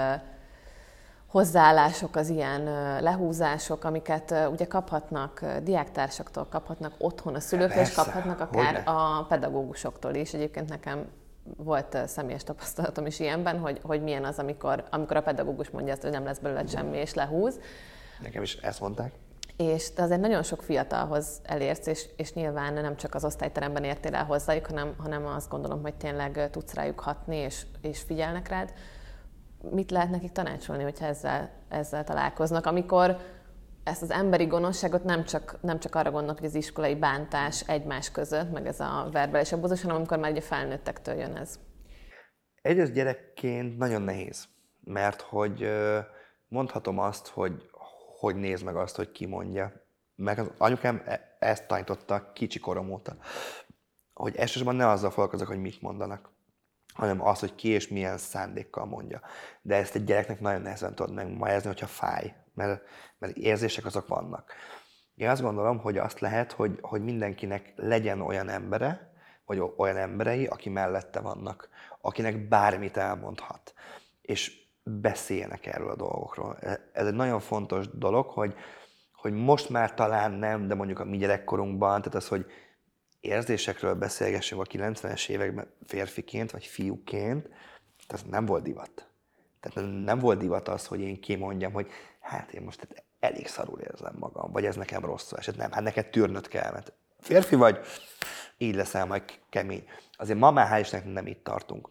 hozzáállások, az ilyen lehúzások, amiket ugye kaphatnak diáktársaktól, kaphatnak otthon a szülőktől, és kaphatnak akár a pedagógusoktól is. Egyébként nekem volt személyes tapasztalatom is ilyenben, hogy milyen az, amikor a pedagógus mondja azt, hogy nem lesz belőle semmi, és lehúz. Nekem is ezt mondták. És te azért nagyon sok fiatalhoz elérsz, és nyilván nem csak az osztályteremben értél el hozzájuk, hanem azt gondolom, hogy tényleg tudsz rájuk hatni, és figyelnek rád. Mit lehet nekik tanácsolni, hogyha ezzel találkoznak, amikor ezt az emberi gonoszságot nem csak arra gondolok, hogy az iskolai bántás egymás között, meg ez a verbális abúzus, hanem amikor már ugye felnőttektől jön ez? Egyes gyerekként nagyon nehéz, mert hogy mondhatom azt, hogy nézd meg azt, hogy ki mondja. Meg az anyukám ezt tanította kicsi korom óta, hogy elsősorban ne azzal foglalkozok, hogy mit mondanak, hanem az, hogy ki és milyen szándékkal mondja. De ezt egy gyereknek nagyon nehezen tudod megmagyarázni, hogyha fáj, mert érzések azok vannak. Én azt gondolom, hogy azt lehet, hogy mindenkinek legyen olyan embere, vagy olyan emberei, aki mellette vannak, akinek bármit elmondhat, és beszéljenek erről a dolgokról. Ez egy nagyon fontos dolog, hogy most már talán nem, de mondjuk a mi gyerekkorunkban, tehát az, hogy érzésekről beszélgessünk a 90-es években férfiként, vagy fiúként, ez nem volt divat. Tehát nem volt divat az, hogy én kimondjam, hogy hát én most elég szarul érzem magam, vagy ez nekem rosszul esett. Nem, hát neked tűrnöd kell, mert férfi vagy, így leszel majd kemény. Azért ma már hál' Istennek nem itt tartunk.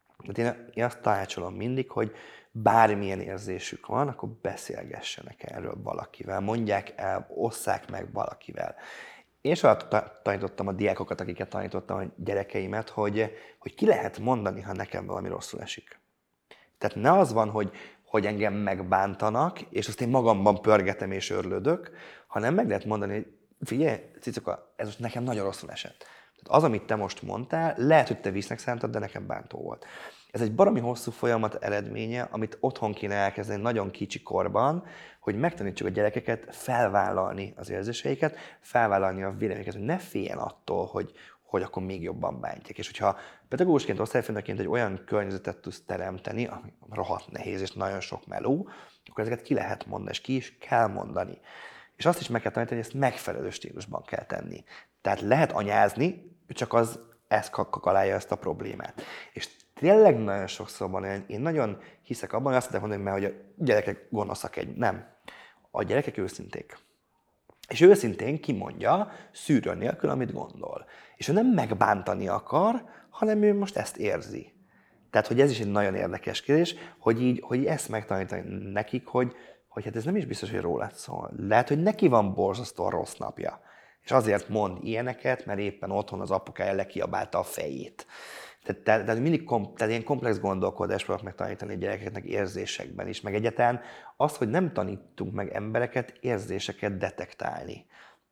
Én azt tanácsolom mindig, hogy bármilyen érzésük van, akkor beszélgessenek erről valakivel, mondják el, osszák meg valakivel. Én soha tanítottam a diákokat, akiket tanítottam, a gyerekeimet, hogy ki lehet mondani, ha nekem valami rosszul esik. Tehát ne az van, hogy engem megbántanak, és azt én magamban pörgetem és örlődök, hanem meg lehet mondani, hogy figyelj, Cicuka, ez most nekem nagyon rosszul esett. Tehát az, amit te most mondtál, lehet, hogy te visznek szántad, de nekem bántó volt. Ez egy baromi hosszú folyamat eredménye, amit otthon kéne elkezdeni nagyon kicsi korban, hogy megtanítsuk a gyerekeket felvállalni az érzéseiket, felvállalni a véleményeket, hogy ne féljen attól, hogy akkor még jobban bántják. És hogyha pedagógusként, osztályfőnökként egy olyan környezetet tudsz teremteni, ami rohadt nehéz és nagyon sok meló, akkor ezeket ki lehet mondani, és ki is kell mondani. És azt is meg kell tanítani, hogy ezt megfelelő stílusban kell tenni. Tehát lehet anyázni, csak ez kakalálja ezt a problémát. És tényleg nagyon sokszor van, én nagyon hiszek abban, hogy azt lehet mondani, hogy a gyerekek gonoszak nem. A gyerekek őszinték. És őszintén kimondja, szűrő nélkül, amit gondol. És ő nem megbántani akar, hanem ő most ezt érzi. Tehát, hogy ez is egy nagyon érdekes kérdés, hogy ezt megtanítani nekik, hogy hát ez nem is biztos, hogy rólad szól. Lehet, hogy neki van borzasztóan rossz napja. És azért mond ilyeneket, mert éppen otthon az apukája lekiabálta a fejét. Tehát mindig ilyen komplex gondolkodást próbálok megtanítani a gyerekeknek érzésekben is, meg egyáltalán az, hogy nem tanítunk meg embereket érzéseket detektálni.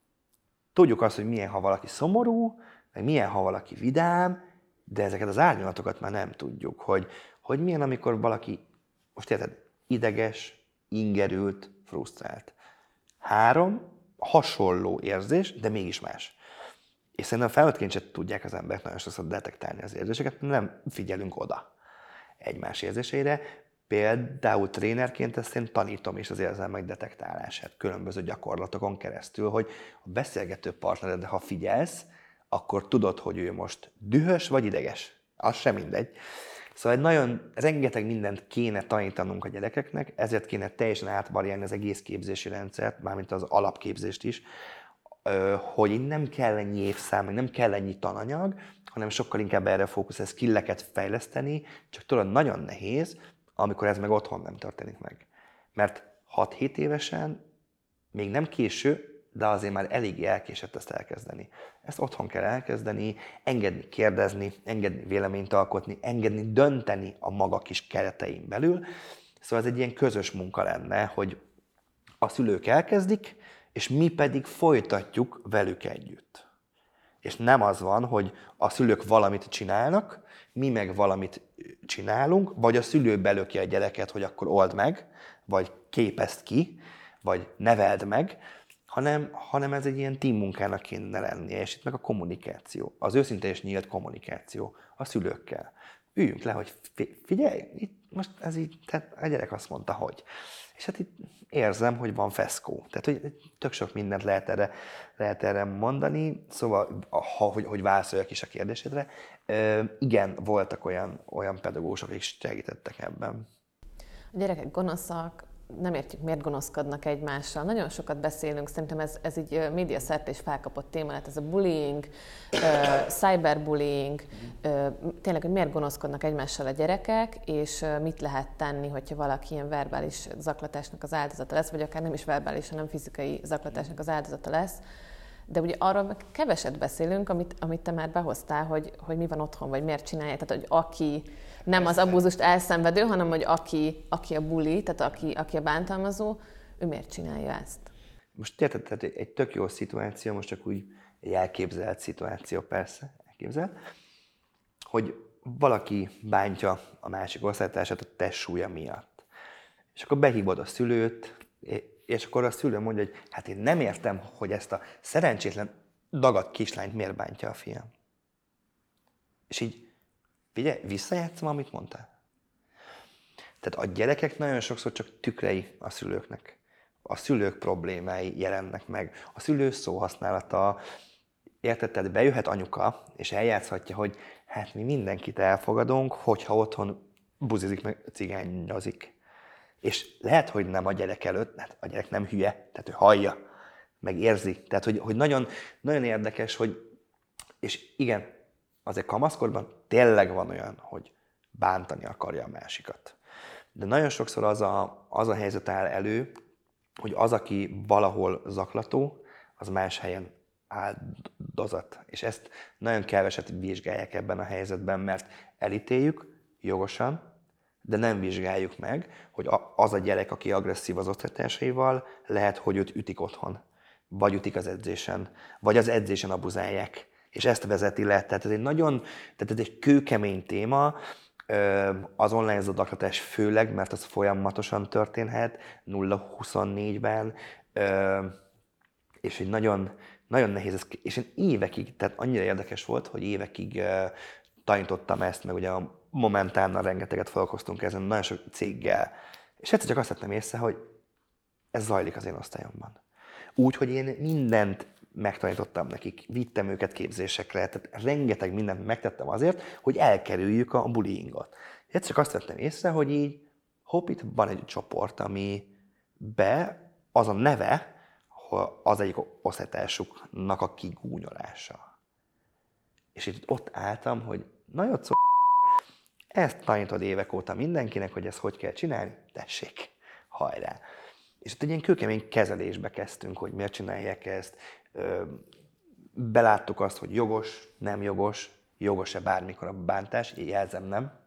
Tudjuk azt, hogy milyen, ha valaki szomorú, meg milyen, ha valaki vidám, de ezeket az árnyalatokat már nem tudjuk, hogy milyen, amikor valaki, most érted, ideges, ingerült, frusztrált. 3 hasonló érzés, de mégis más. És szerintem felnőttként sem tudják az emberek nagyon sokszor detektálni az érzéseket, nem figyelünk oda egymás érzéseire. Például trénerként ezt én tanítom is az érzelmek detektálását különböző gyakorlatokon keresztül, hogy a beszélgető partnered, ha figyelsz, akkor tudod, hogy ő most dühös vagy ideges. Az sem mindegy. Szóval nagyon rengeteg mindent kéne tanítanunk a gyerekeknek, ezért kéne teljesen átvariálni az egész képzési rendszert, mármint az alapképzést is, hogy nem kell ennyi évszám, meg nem kell ennyi tananyag, hanem sokkal inkább erre fókuszál, skilleket fejleszteni, csak tudod, nagyon nehéz, amikor ez meg otthon nem történik meg. Mert 6-7 évesen még nem késő, de azért már eléggé elkésett ezt elkezdeni. Ezt otthon kell elkezdeni, engedni kérdezni, engedni véleményt alkotni, engedni dönteni a maga kis keretein belül, Szóval ez egy ilyen közös munka lenne, hogy a szülők elkezdik, és mi pedig folytatjuk velük együtt. És nem az van, hogy a szülők valamit csinálnak, mi meg valamit csinálunk, vagy a szülő belöki a gyereket, hogy akkor old meg, vagy képezd ki, vagy neveld meg, hanem ez egy ilyen team munkának kéne lennie, és itt meg a kommunikáció, az őszinte és nyílt kommunikáció a szülőkkel. Üljünk le, hogy figyelj, itt most ez így, tehát a gyerek azt mondta, hogy. És hát itt érzem, hogy van feszkó. Tehát, hogy tök sok mindent lehet erre mondani, szóval, hogy válaszoljak is a kérdésedre. Igen, voltak olyan pedagógusok, akik segítettek ebben. A gyerekek gonoszak, nem értjük, miért gonoszkodnak egymással. Nagyon sokat beszélünk, szerintem ez így médiaszerte is felkapott téma lett, ez a bullying, cyberbullying, tényleg, hogy miért gonoszkodnak egymással a gyerekek, és mit lehet tenni, hogyha valaki ilyen verbális zaklatásnak az áldozata lesz, vagy akár nem is verbális, hanem fizikai zaklatásnak az áldozata lesz. De ugye arról meg keveset beszélünk, amit te már behoztál, hogy mi van otthon, vagy miért csinálja. Tehát, hogy aki nem az abúzust elszenvedő, hanem hogy aki a bully, tehát aki a bántalmazó, ő miért csinálja ezt? Most érted, tehát egy tök jó szituáció, most csak úgy egy elképzelt szituáció, persze, elképzelt, hogy valaki bántja a másik osztálytársát a testsúlya miatt. És akkor behívod a szülőt, és akkor a szülő mondja, hogy hát én nem értem, hogy ezt a szerencsétlen dagadt kislányt miért bántja a fiam. És így, figyelj, visszajátszom, amit mondtál. Tehát a gyerekek nagyon sokszor csak tükrei a szülőknek. A szülők problémái jelennek meg. A szülő szóhasználata, érted, tehát bejöhet anyuka, és eljátszhatja, hogy hát mi mindenkit elfogadunk, hogyha otthon buzizik meg cigányozik. És lehet, hogy nem a gyerek előtt, hát a gyerek nem hülye, tehát ő hallja, meg érzi. Tehát, hogy nagyon, nagyon érdekes, hogy, és igen, azért kamaszkorban tényleg van olyan, hogy bántani akarja a másikat. De nagyon sokszor az a helyzet áll elő, hogy az, aki valahol zaklató, az más helyen áldozat. És ezt nagyon keveset vizsgálják ebben a helyzetben, mert elítéljük jogosan, de nem vizsgáljuk meg, hogy az a gyerek, aki agresszív az osztálytársaival, lehet, hogy őt ütik otthon, vagy ütik az edzésen, vagy az edzésen abuzálják. És ezt vezeti le. Tehát ez egy kőkemény téma, az online zaklatás főleg, mert az folyamatosan történhet, 0-24-ben, és egy nagyon, nagyon nehéz ez, és én évekig, tehát annyira érdekes volt, hogy évekig tanítottam ezt, meg ugye a Momentánnal rengeteget foglalkoztunk ezen, nagyon sok céggel, és egyszer csak azt vettem észre, hogy ez zajlik az én osztályomban. Úgy, hogy én mindent megtanítottam nekik, vittem őket képzésekre, tehát rengeteg mindent megtettem azért, hogy elkerüljük a bullyingot. Egyszer csak azt vettem észre, hogy így, hopp, itt van egy csoport, amibe az a neve, az egyik osztálytársuknak a kigúnyolása. És itt ott álltam, hogy nagyon ezt tanítod évek óta mindenkinek, hogy ezt hogy kell csinálni, tessék, hajrá. És ott egy ilyen kőkemény kezelésbe kezdtünk, hogy miért csinálják ezt. Beláttuk azt, hogy jogos, nem jogos, jogos-e bármikor a bántás, jelzem nem.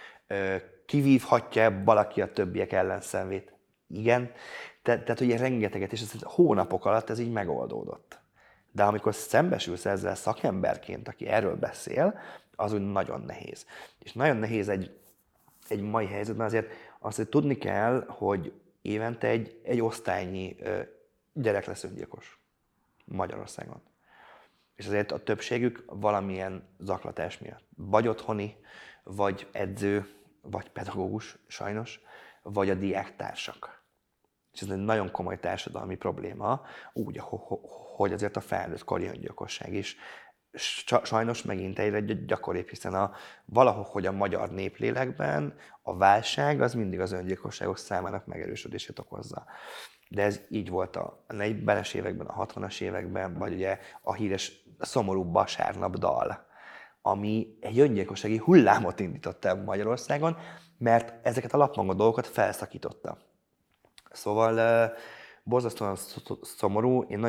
Kivívhatja valaki a többiek ellenszenvét? Igen. Tehát ugye rengeteget, és ez hónapok alatt ez így megoldódott. De amikor szembesülsz ezzel szakemberként, aki erről beszél, az úgy nagyon nehéz. És nagyon nehéz egy mai helyzetben azért azt, hogy tudni kell, hogy évente egy osztálynyi gyerek lesz öngyilkos Magyarországon. És azért a többségük valamilyen zaklatás miatt. Vagy otthoni, vagy edző, vagy pedagógus sajnos, vagy a diáktársak. És ez egy nagyon komoly társadalmi probléma, úgy, hogy azért a felnőtt kori öngyilkosság is sajnos megint egyre gyakoribb, hiszen valahogy a magyar néplélekben a válság az mindig az öngyilkosságok számának megerősödését okozza. De ez így volt a 40-es években, a 60-as években, vagy ugye a híres szomorú vasárnap dal, ami egy öngyilkossági hullámot indított el Magyarországon, mert ezeket a lapmangó dolgokat felszakította. Szóval borzasztóan szomorú, én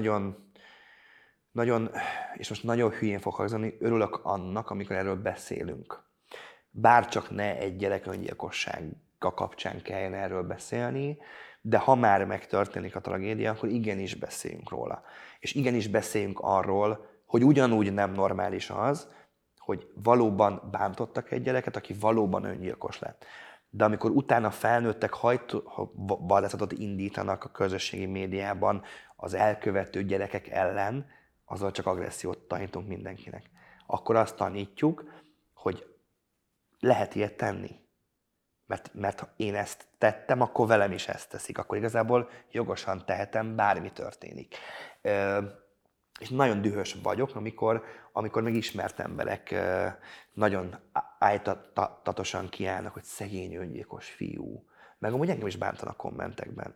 nagyon, és most nagyon hülyén fog hangzani, örülök annak, amikor erről beszélünk. Bárcsak ne egy gyerek öngyilkosság kapcsán kelljen erről beszélni, de ha már megtörténik a tragédia, akkor igenis beszéljünk róla. És igenis beszéljünk arról, hogy ugyanúgy nem normális az, hogy valóban bántottak egy gyereket, aki valóban öngyilkos lett. De amikor utána felnőttek vadászatot indítanak a közösségi médiában az elkövető gyerekek ellen, azzal csak agressziót tanítunk mindenkinek. Akkor azt tanítjuk, hogy lehet ilyet tenni. Mert ha én ezt tettem, akkor velem is ezt teszik. Akkor igazából jogosan tehetem, bármi történik. És nagyon dühös vagyok, amikor meg ismert emberek nagyon ájtatatosan kiállnak, hogy szegény öngyilkos fiú. Meg amúgy engem is bántanak kommentekben.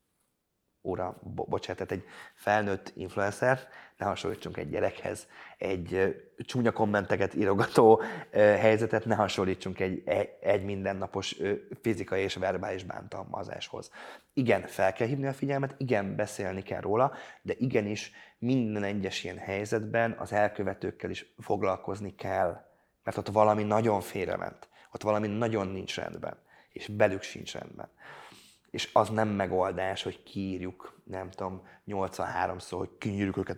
Ura, bocsánat, tehát egy felnőtt influencer, ne hasonlítsunk egy gyerekhez, egy csúnya kommenteket írogató helyzetet ne hasonlítsunk egy mindennapos fizikai és verbális bántalmazáshoz. Igen, fel kell hívni a figyelmet, igen, beszélni kell róla, de igenis minden egyes ilyen helyzetben az elkövetőkkel is foglalkozni kell, mert ott valami nagyon félrement, ott valami nagyon nincs rendben, és belük sincs rendben. És az nem megoldás, hogy kiírjuk, nem tudom, 83-szor, hogy kinyírjuk őket,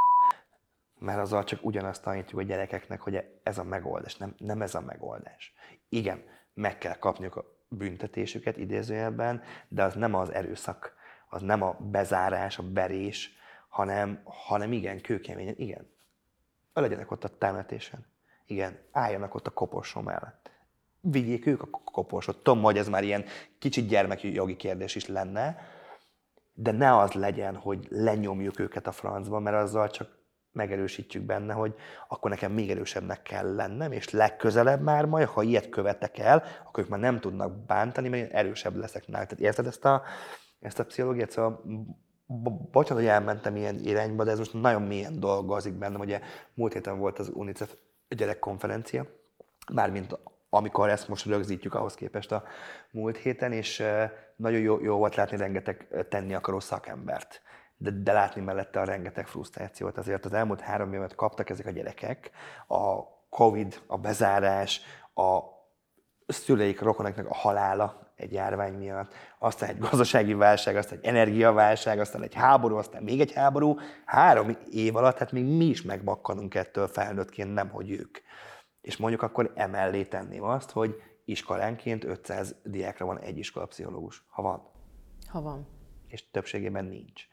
mert azzal csak ugyanazt tanítjuk a gyerekeknek, hogy ez a megoldás, nem ez a megoldás. Igen, meg kell kapniuk a büntetésüket idézőjelben, de az nem az erőszak, az nem a bezárás, a berés, hanem igen, kőkeményen, igen. Legyenek ott a temetésen, igen, álljanak ott a koporsó mellett. Vigyék ők a koporsot. Tudom, hogy ez már ilyen kicsit gyermekjogi kérdés is lenne, de ne az legyen, hogy lenyomjuk őket a francba, mert azzal csak megerősítjük benne, hogy akkor nekem még erősebbnek kell lennem, és legközelebb már majd, ha ilyet követek el, akkor ők már nem tudnak bántani, mert én erősebb leszek náluk. Tehát érted ezt a pszichológiát? Szóval bocsánat, hogy elmentem ilyen irányba, de ez most nagyon mélyen dolgozik bennem. Ugye múlt héten volt az UNICEF gyerekkonferencia, mármint amikor ezt most rögzítjük ahhoz képest a múlt héten, és nagyon jó volt látni rengeteg tenni akaró szakembert, de látni mellette a rengeteg frusztrációt. Azért az elmúlt 3 évet kaptak ezek a gyerekek, a Covid, a bezárás, a szüleik, rokonoknak a halála egy járvány miatt, aztán egy gazdasági válság, aztán egy energiaválság, aztán egy háború, aztán még egy háború. 3 év alatt, hát még mi is megbakkanunk ettől felnőttként, nemhogy ők. És mondjuk akkor emellé tenném azt, hogy iskolánként 500 diákra van egy iskolapszichológus. Ha van. Ha van. És többségében nincs.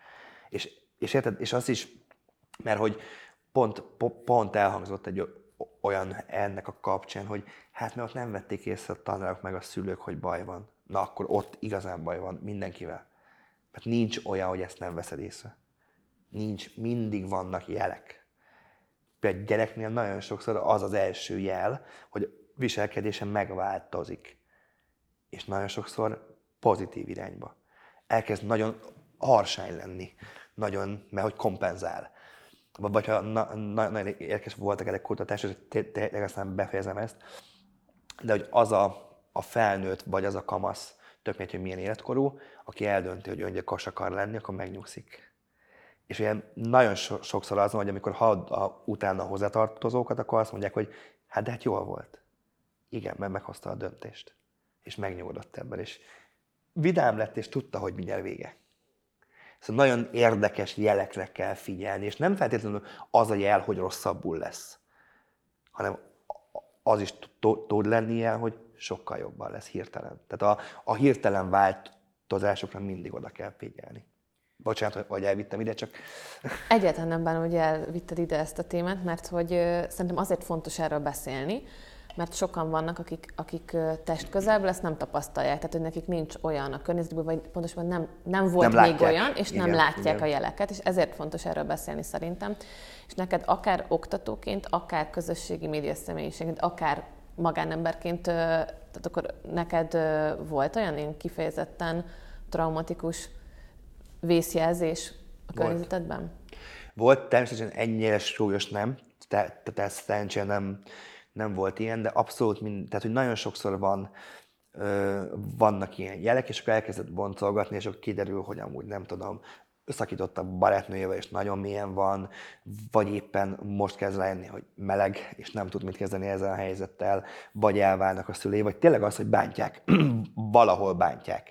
És érted? És az is, mert hogy pont elhangzott egy olyan ennek a kapcsán, hogy hát mert ott nem vették észre a tanárok meg a szülők, hogy baj van. Na akkor ott igazán baj van mindenkivel. Mert nincs olyan, hogy ezt nem veszed észre. Nincs, mindig vannak jelek. Például gyereknél nagyon sokszor az az első jel, hogy viselkedése megváltozik. És nagyon sokszor pozitív irányba. Elkezd nagyon harsány lenni, mert hogy kompenzál. Vagy ha nagyon érdekes voltak ezek kutatások, tényleg aztán befejezem ezt, de hogy az a felnőtt, vagy az a kamasz, tök mindegy, hogy milyen életkorú, aki eldönti, hogy öngyilkos akar lenni, akkor megnyugszik. És ilyen nagyon sokszor az van, hogy amikor hallod utána a hozzátartozókat, akkor azt mondják, hogy hát de hát jól volt. Igen, mert meghozta a döntést. És megnyugodott ebben, és vidám lett, és tudta, hogy mindjárt vége. Szóval nagyon érdekes jelekre kell figyelni, és nem feltétlenül az a jel, hogy rosszabbul lesz, hanem az is tud lenni jel, hogy sokkal jobban lesz hirtelen. Tehát a hirtelen változásokra mindig oda kell figyelni. Bocsánat, hogy elvittem ide, csak... Egyáltalán nem bánom, hogy elvitted ide ezt a témát, mert hogy szerintem azért fontos erről beszélni, mert sokan vannak, akik testközelből ezt nem tapasztalják, tehát hogy nekik nincs olyan a környezetből, vagy pontosabban nem volt nem még látják. Olyan, és igen, nem látják a jeleket, és ezért fontos erről beszélni szerintem. És neked akár oktatóként, akár közösségi média személyiségként, akár magánemberként, tehát akkor neked volt olyan kifejezetten traumatikus vészjelzés a környezetedben? Volt, természetesen ennyire súlyos nem, tehát szerencsére nem volt ilyen, de abszolút tehát hogy nagyon sokszor vannak ilyen jelek, és akkor elkezdett boncolgatni, és akkor kiderül, hogy amúgy nem tudom, szakított a barátnőjével, és nagyon mélyen van, vagy éppen most kezd rájönni, hogy meleg, és nem tud mit kezdeni ezzel a helyzettel, vagy elválnak a szülei, vagy tényleg az, hogy bántják, valahol bántják.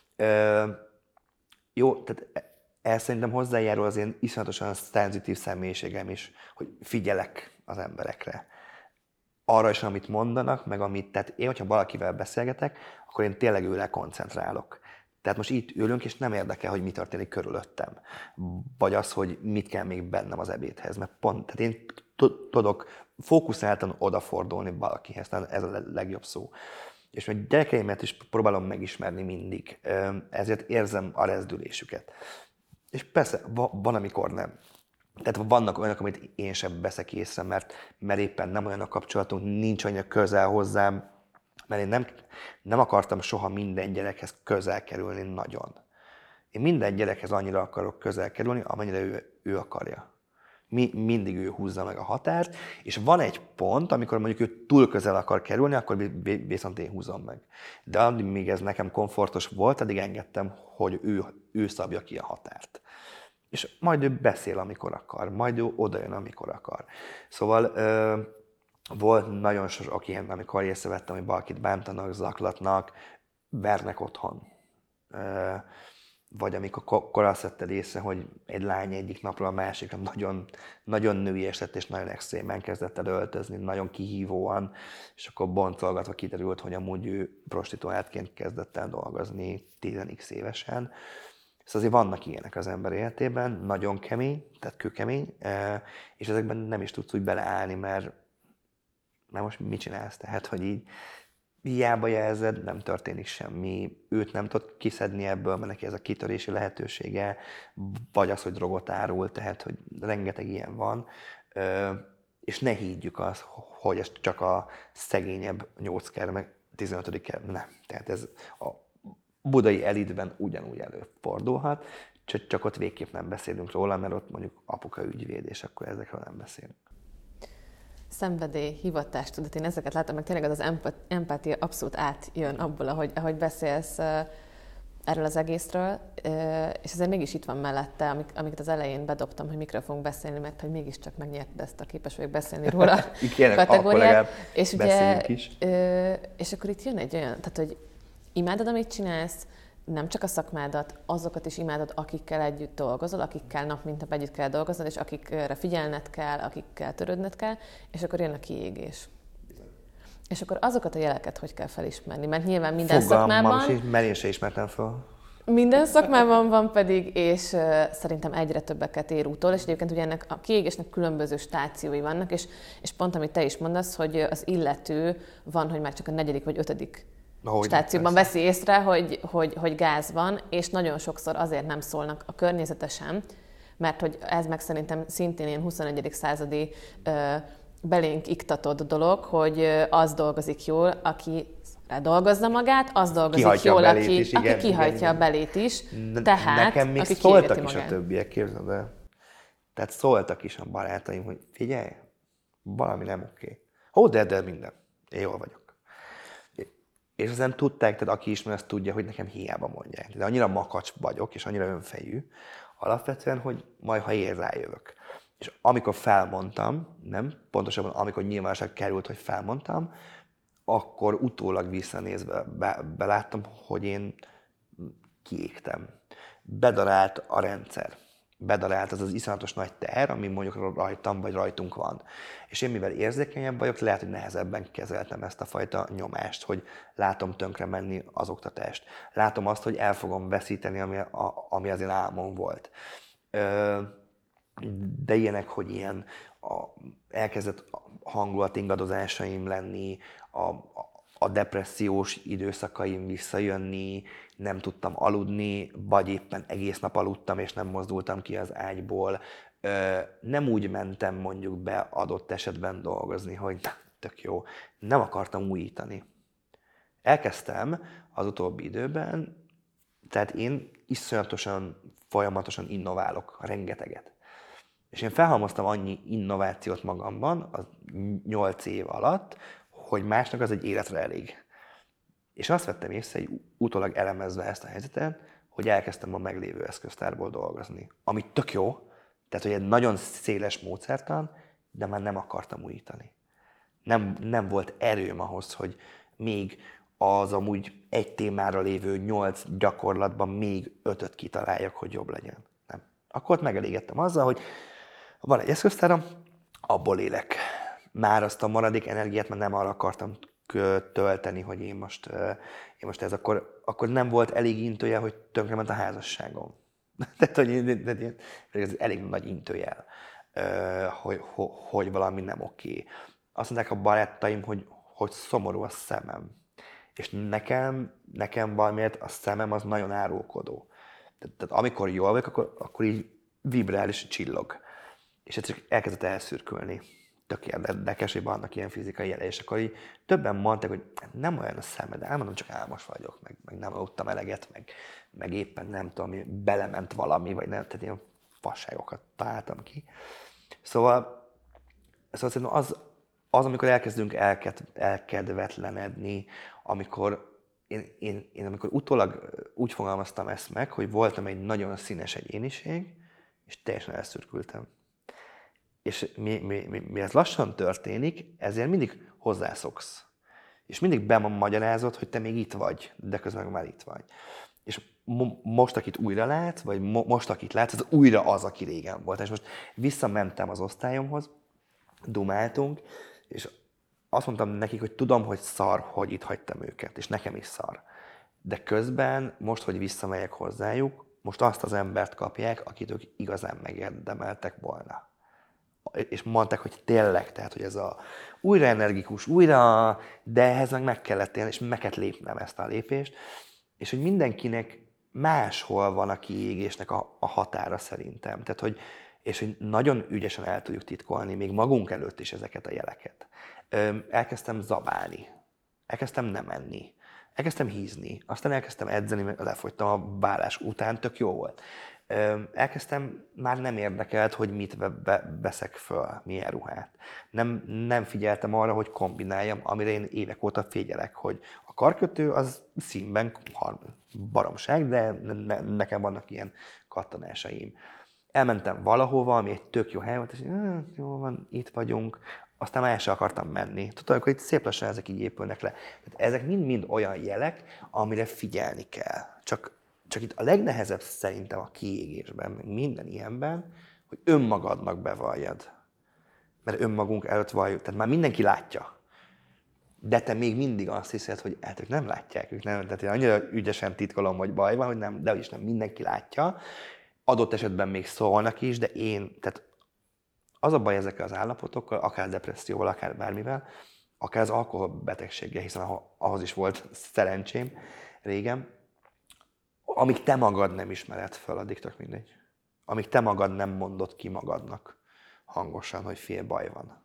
Jó, tehát ez szerintem hozzájárul az én iszonyatosan szenzitív személyiségem is, hogy figyelek az emberekre. Arra is, amit mondanak, meg amit, tehát én, hogyha valakivel beszélgetek, akkor én tényleg őre koncentrálok. Tehát most itt ülünk, és nem érdekel, hogy mi történik körülöttem. Vagy az, hogy mit kell még bennem az ebédhez. Mert pont, tehát én tudok fókuszáltan odafordulni valakihez, tehát ez a legjobb szó. És meg gyerekeimet is próbálom megismerni mindig, ezért érzem a rezdülésüket. És persze, van, amikor nem. Tehát vannak olyanok, amit én sem veszek észre, mert éppen nem olyan a kapcsolatunk, nincs annyira közel hozzám, mert én nem akartam soha minden gyerekhez közel kerülni nagyon. Én minden gyerekhez annyira akarok közel kerülni, amennyire ő akarja. Mindig ő húzza meg a határt, és van egy pont, amikor mondjuk ő túl közel akar kerülni, akkor viszont én húzom meg. De addig, míg ez nekem komfortos volt, addig engedtem, hogy ő szabja ki a határt. És majd ő beszél, amikor akar, majd ő odajön, amikor akar. Szóval volt nagyon sok ilyen, amikor észrevettem, hogy valakit bántanak, zaklatnak, vernek otthon. Vagy amikor azt vetted észre, hogy egy lány egyik napról a másikra nagyon, nagyon nőies lett, és nagyon extrémen kezdett el öltözni, nagyon kihívóan, és akkor boncolgatva kiderült, hogy amúgy ő prostituáltként kezdett el dolgozni 10x évesen. Szóval azért vannak ilyenek az ember életében, nagyon kemény, tehát kőkemény, és ezekben nem is tudsz úgy beleállni, mert most mit csinálsz? Tehát, hogy így hiába jelzed, nem történik semmi. Őt nem tudod kiszedni ebből, mert neki ez a kitörési lehetősége, vagy az, hogy drogot árul, tehát, hogy rengeteg ilyen van. És ne higgyük azt, hogy ez csak a szegényebb 8-ker, meg 15-ker, nem. Tehát ez a budai elitben ugyanúgy előfordulhat, csak ott végképp nem beszélünk róla, mert ott mondjuk apuka ügyvéd, és akkor ezekről nem beszélünk. Szenvedély, hivatástudat, én ezeket látom, meg tényleg az empátia abszolút átjön abból, ahogy beszélsz erről az egészről, és ezért mégis itt van mellette, amiket az elején bedobtam, hogy mikről fogunk beszélni, mert hogy mégiscsak megnyerted ezt a képes vagyok beszélni róla kategóriát. És ugye, és akkor itt jön egy olyan, tehát hogy imádod, amit csinálsz, nem csak a szakmádat, azokat is imádod, akikkel együtt dolgozol, akikkel nap mint nap együtt kell dolgoznod, és akikre figyelned kell, akikkel törődned kell, és akkor jön a kiégés. És akkor azokat a jeleket hogy kell felismerni? Mert nyilván minden szakmában... Mert én se ismertem fel. Minden szakmában van pedig, és szerintem egyre többeket ér úttól, és egyébként ugye ennek a kiégésnek különböző stációi vannak, és pont amit te is mondasz, hogy az illető van, hogy már csak a 4. vagy 5. stációban veszi észre, hogy gáz van, és nagyon sokszor azért nem szólnak a környezete sem, mert hogy ez meg szerintem szintén ilyen 21. századi belénk iktatott dolog, hogy az dolgozik jól, aki dolgozza magát, az dolgozik kihajtja jól, aki kihajtja a belét is, tehát nekem még aki szóltak is magát. A többiek, képzeld el. Tehát szóltak is a barátaim, hogy figyelj, valami nem oké. De minden. Én jól vagyok. És aztán tudták, tehát aki ismer, azt tudja, hogy nekem hiába mondják. De annyira makacs vagyok, és annyira önfejű, alapvetően, hogy majd, ha én rájövök. És amikor felmondtam, nem, pontosabban amikor nyilvánosság került, hogy felmondtam, akkor utólag visszanézve beláttam, hogy én kiégtem. Bedarált a rendszer. Bedarált az iszonyatos nagy teher, ami mondjuk rajtam vagy rajtunk van. És én mivel érzékenyebb vagyok, lehet, hogy nehezebben kezeltem ezt a fajta nyomást, hogy látom tönkre menni az oktatást. Látom azt, hogy el fogom veszíteni, ami az én álmom volt. De ilyenek, hogy ilyen elkezdett hangulatingadozásaim lenni, a depressziós időszakaim visszajönni, nem tudtam aludni, vagy éppen egész nap aludtam, és nem mozdultam ki az ágyból. Nem úgy mentem mondjuk be adott esetben dolgozni, hogy tök jó, nem akartam újítani. Elkezdtem az utóbbi időben, tehát én iszonyatosan, folyamatosan innoválok, rengeteget. És én felhalmoztam annyi innovációt magamban az 8 év alatt, hogy másnak az egy életre elég. És azt vettem észre, hogy utólag elemezve ezt a helyzetet, hogy elkezdtem a meglévő eszköztárból dolgozni. Ami tök jó, tehát hogy egy nagyon széles módszertan, de már nem akartam újítani. Nem volt erőm ahhoz, hogy még az amúgy egy témára lévő 8 gyakorlatban még 5-öt kitaláljak, hogy jobb legyen. Nem. Akkor ott megelégettem azzal, hogy van egy eszköztáram, abból élek. Már azt a maradék energiát már nem arra akartam tölteni, hogy én most ez akkor nem volt elég intője, hogy tönkrement a házasságom. Tehát, hogy ez elég nagy intőjel, hogy valami nem oké. Azt mondták a barátaim, hogy szomorú a szemem. És nekem valamiért a szemem az nagyon árulkodó. Tehát amikor jól vagyok, akkor így vibrál és csillog. És ez csak elkezdett elszürkülni. Tök érdekes, hogy vannak ilyen fizikai jelei, és akkor így többen mondták, hogy nem olyan a szemed, elmondom, csak álmos vagyok, meg nem aludtam eleget, meg éppen nem tudom, belement valami, vagy nem, tehát ilyen fasságokat találtam ki. Szóval szerintem az, amikor elkezdünk elkedvetlenedni, amikor én amikor utólag úgy fogalmaztam ezt meg, hogy voltam egy nagyon színes egyéniség, és teljesen elszürkültem. És mi ez lassan történik, ezért mindig hozzászoksz. És mindig bemagyarázod, hogy te még itt vagy, de közben már itt vagy. És most, akit újra látsz, vagy most, akit látsz, az újra az, aki régen volt. És most visszamentem az osztályomhoz, dumáltunk, és azt mondtam nekik, hogy tudom, hogy szar, hogy itt hagytam őket, és nekem is szar. De közben, most, hogy visszamegyek hozzájuk, most azt az embert kapják, akit ők igazán megérdemeltek volna. És mondták, hogy tényleg, tehát, hogy ez a újra energikus, de ehhez meg kellett élni, és meg kellett lépnem ezt a lépést, és hogy mindenkinek máshol van a kiégésnek a határa szerintem. Tehát, hogy nagyon ügyesen el tudjuk titkolni, még magunk előtt is ezeket a jeleket. Elkezdtem zabálni, elkezdtem nem enni, elkezdtem hízni, aztán elkezdtem edzeni, lefogytam a vállás után, tök jó volt. Elkezdtem, már nem érdekelt, hogy mit veszek föl, milyen ruhát. Nem figyeltem arra, hogy kombináljam, amire én évek óta figyelek, hogy a karkötő az színben baromság, de nekem vannak ilyen kattanásaim. Elmentem valahova, ami egy tök jó hely volt, és jó van, itt vagyunk, aztán már el sem akartam menni. Tudod, hogy itt szép lassan ezek így épülnek le. Tehát ezek mind-mind olyan jelek, amire figyelni kell. Csak itt a legnehezebb szerintem a kiégésben, meg minden ilyenben, hogy önmagadnak bevalljad. Mert önmagunk előtt valljuk, tehát már mindenki látja. De te még mindig azt hiszed, hogy ők nem látják, ők nem, tehát én annyira ügyesen titkolom, hogy baj van, hogy nem, de is nem mindenki látja. Adott esetben még szólnak is, de tehát az a baj ezekkel az állapotokkal, akár depresszióval, akár bármivel, akár az alkoholbetegséggel, hiszen ahhoz is volt szerencsém régen, amíg te magad nem ismered föl, addig tök mindegy. Amíg te magad nem mondod ki magadnak hangosan, hogy fél baj van.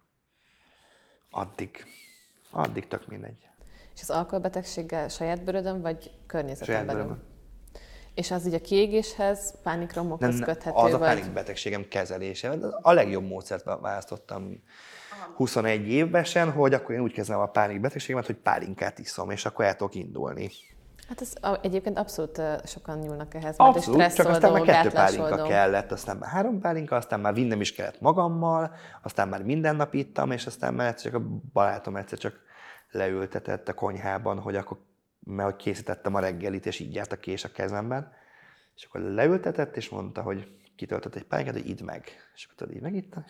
Addig tök mindegy. És az alkoholbetegséggel saját bőrödön, vagy környezeten saját belül? bőrödön. És az így a kiégéshez, pánikromokhoz köthető? Az a pánikbetegségem kezelése. A legjobb módszert választottam 21 évesen, hogy akkor én úgy kezelem a pánikbetegségemet, hogy pálinkát iszom, és akkor el tudok indulni. Hát ez egyébként abszolút sokan nyúlnak ehhez, mert abszolút, csak aztán már 2 pálinka kellett, aztán már 3 pálinka, aztán már vinnem is kellett magammal, aztán már minden nap ittam, és aztán már csak a barátom egyszer csak leültetett a konyhában, hogy akkor, mert hogy készítettem a reggelit, és így járt a kés a kezemben, és akkor leültetett, és mondta, hogy kitöltött egy pálinkát, hogy idd meg. És akkor tudod, így megittam,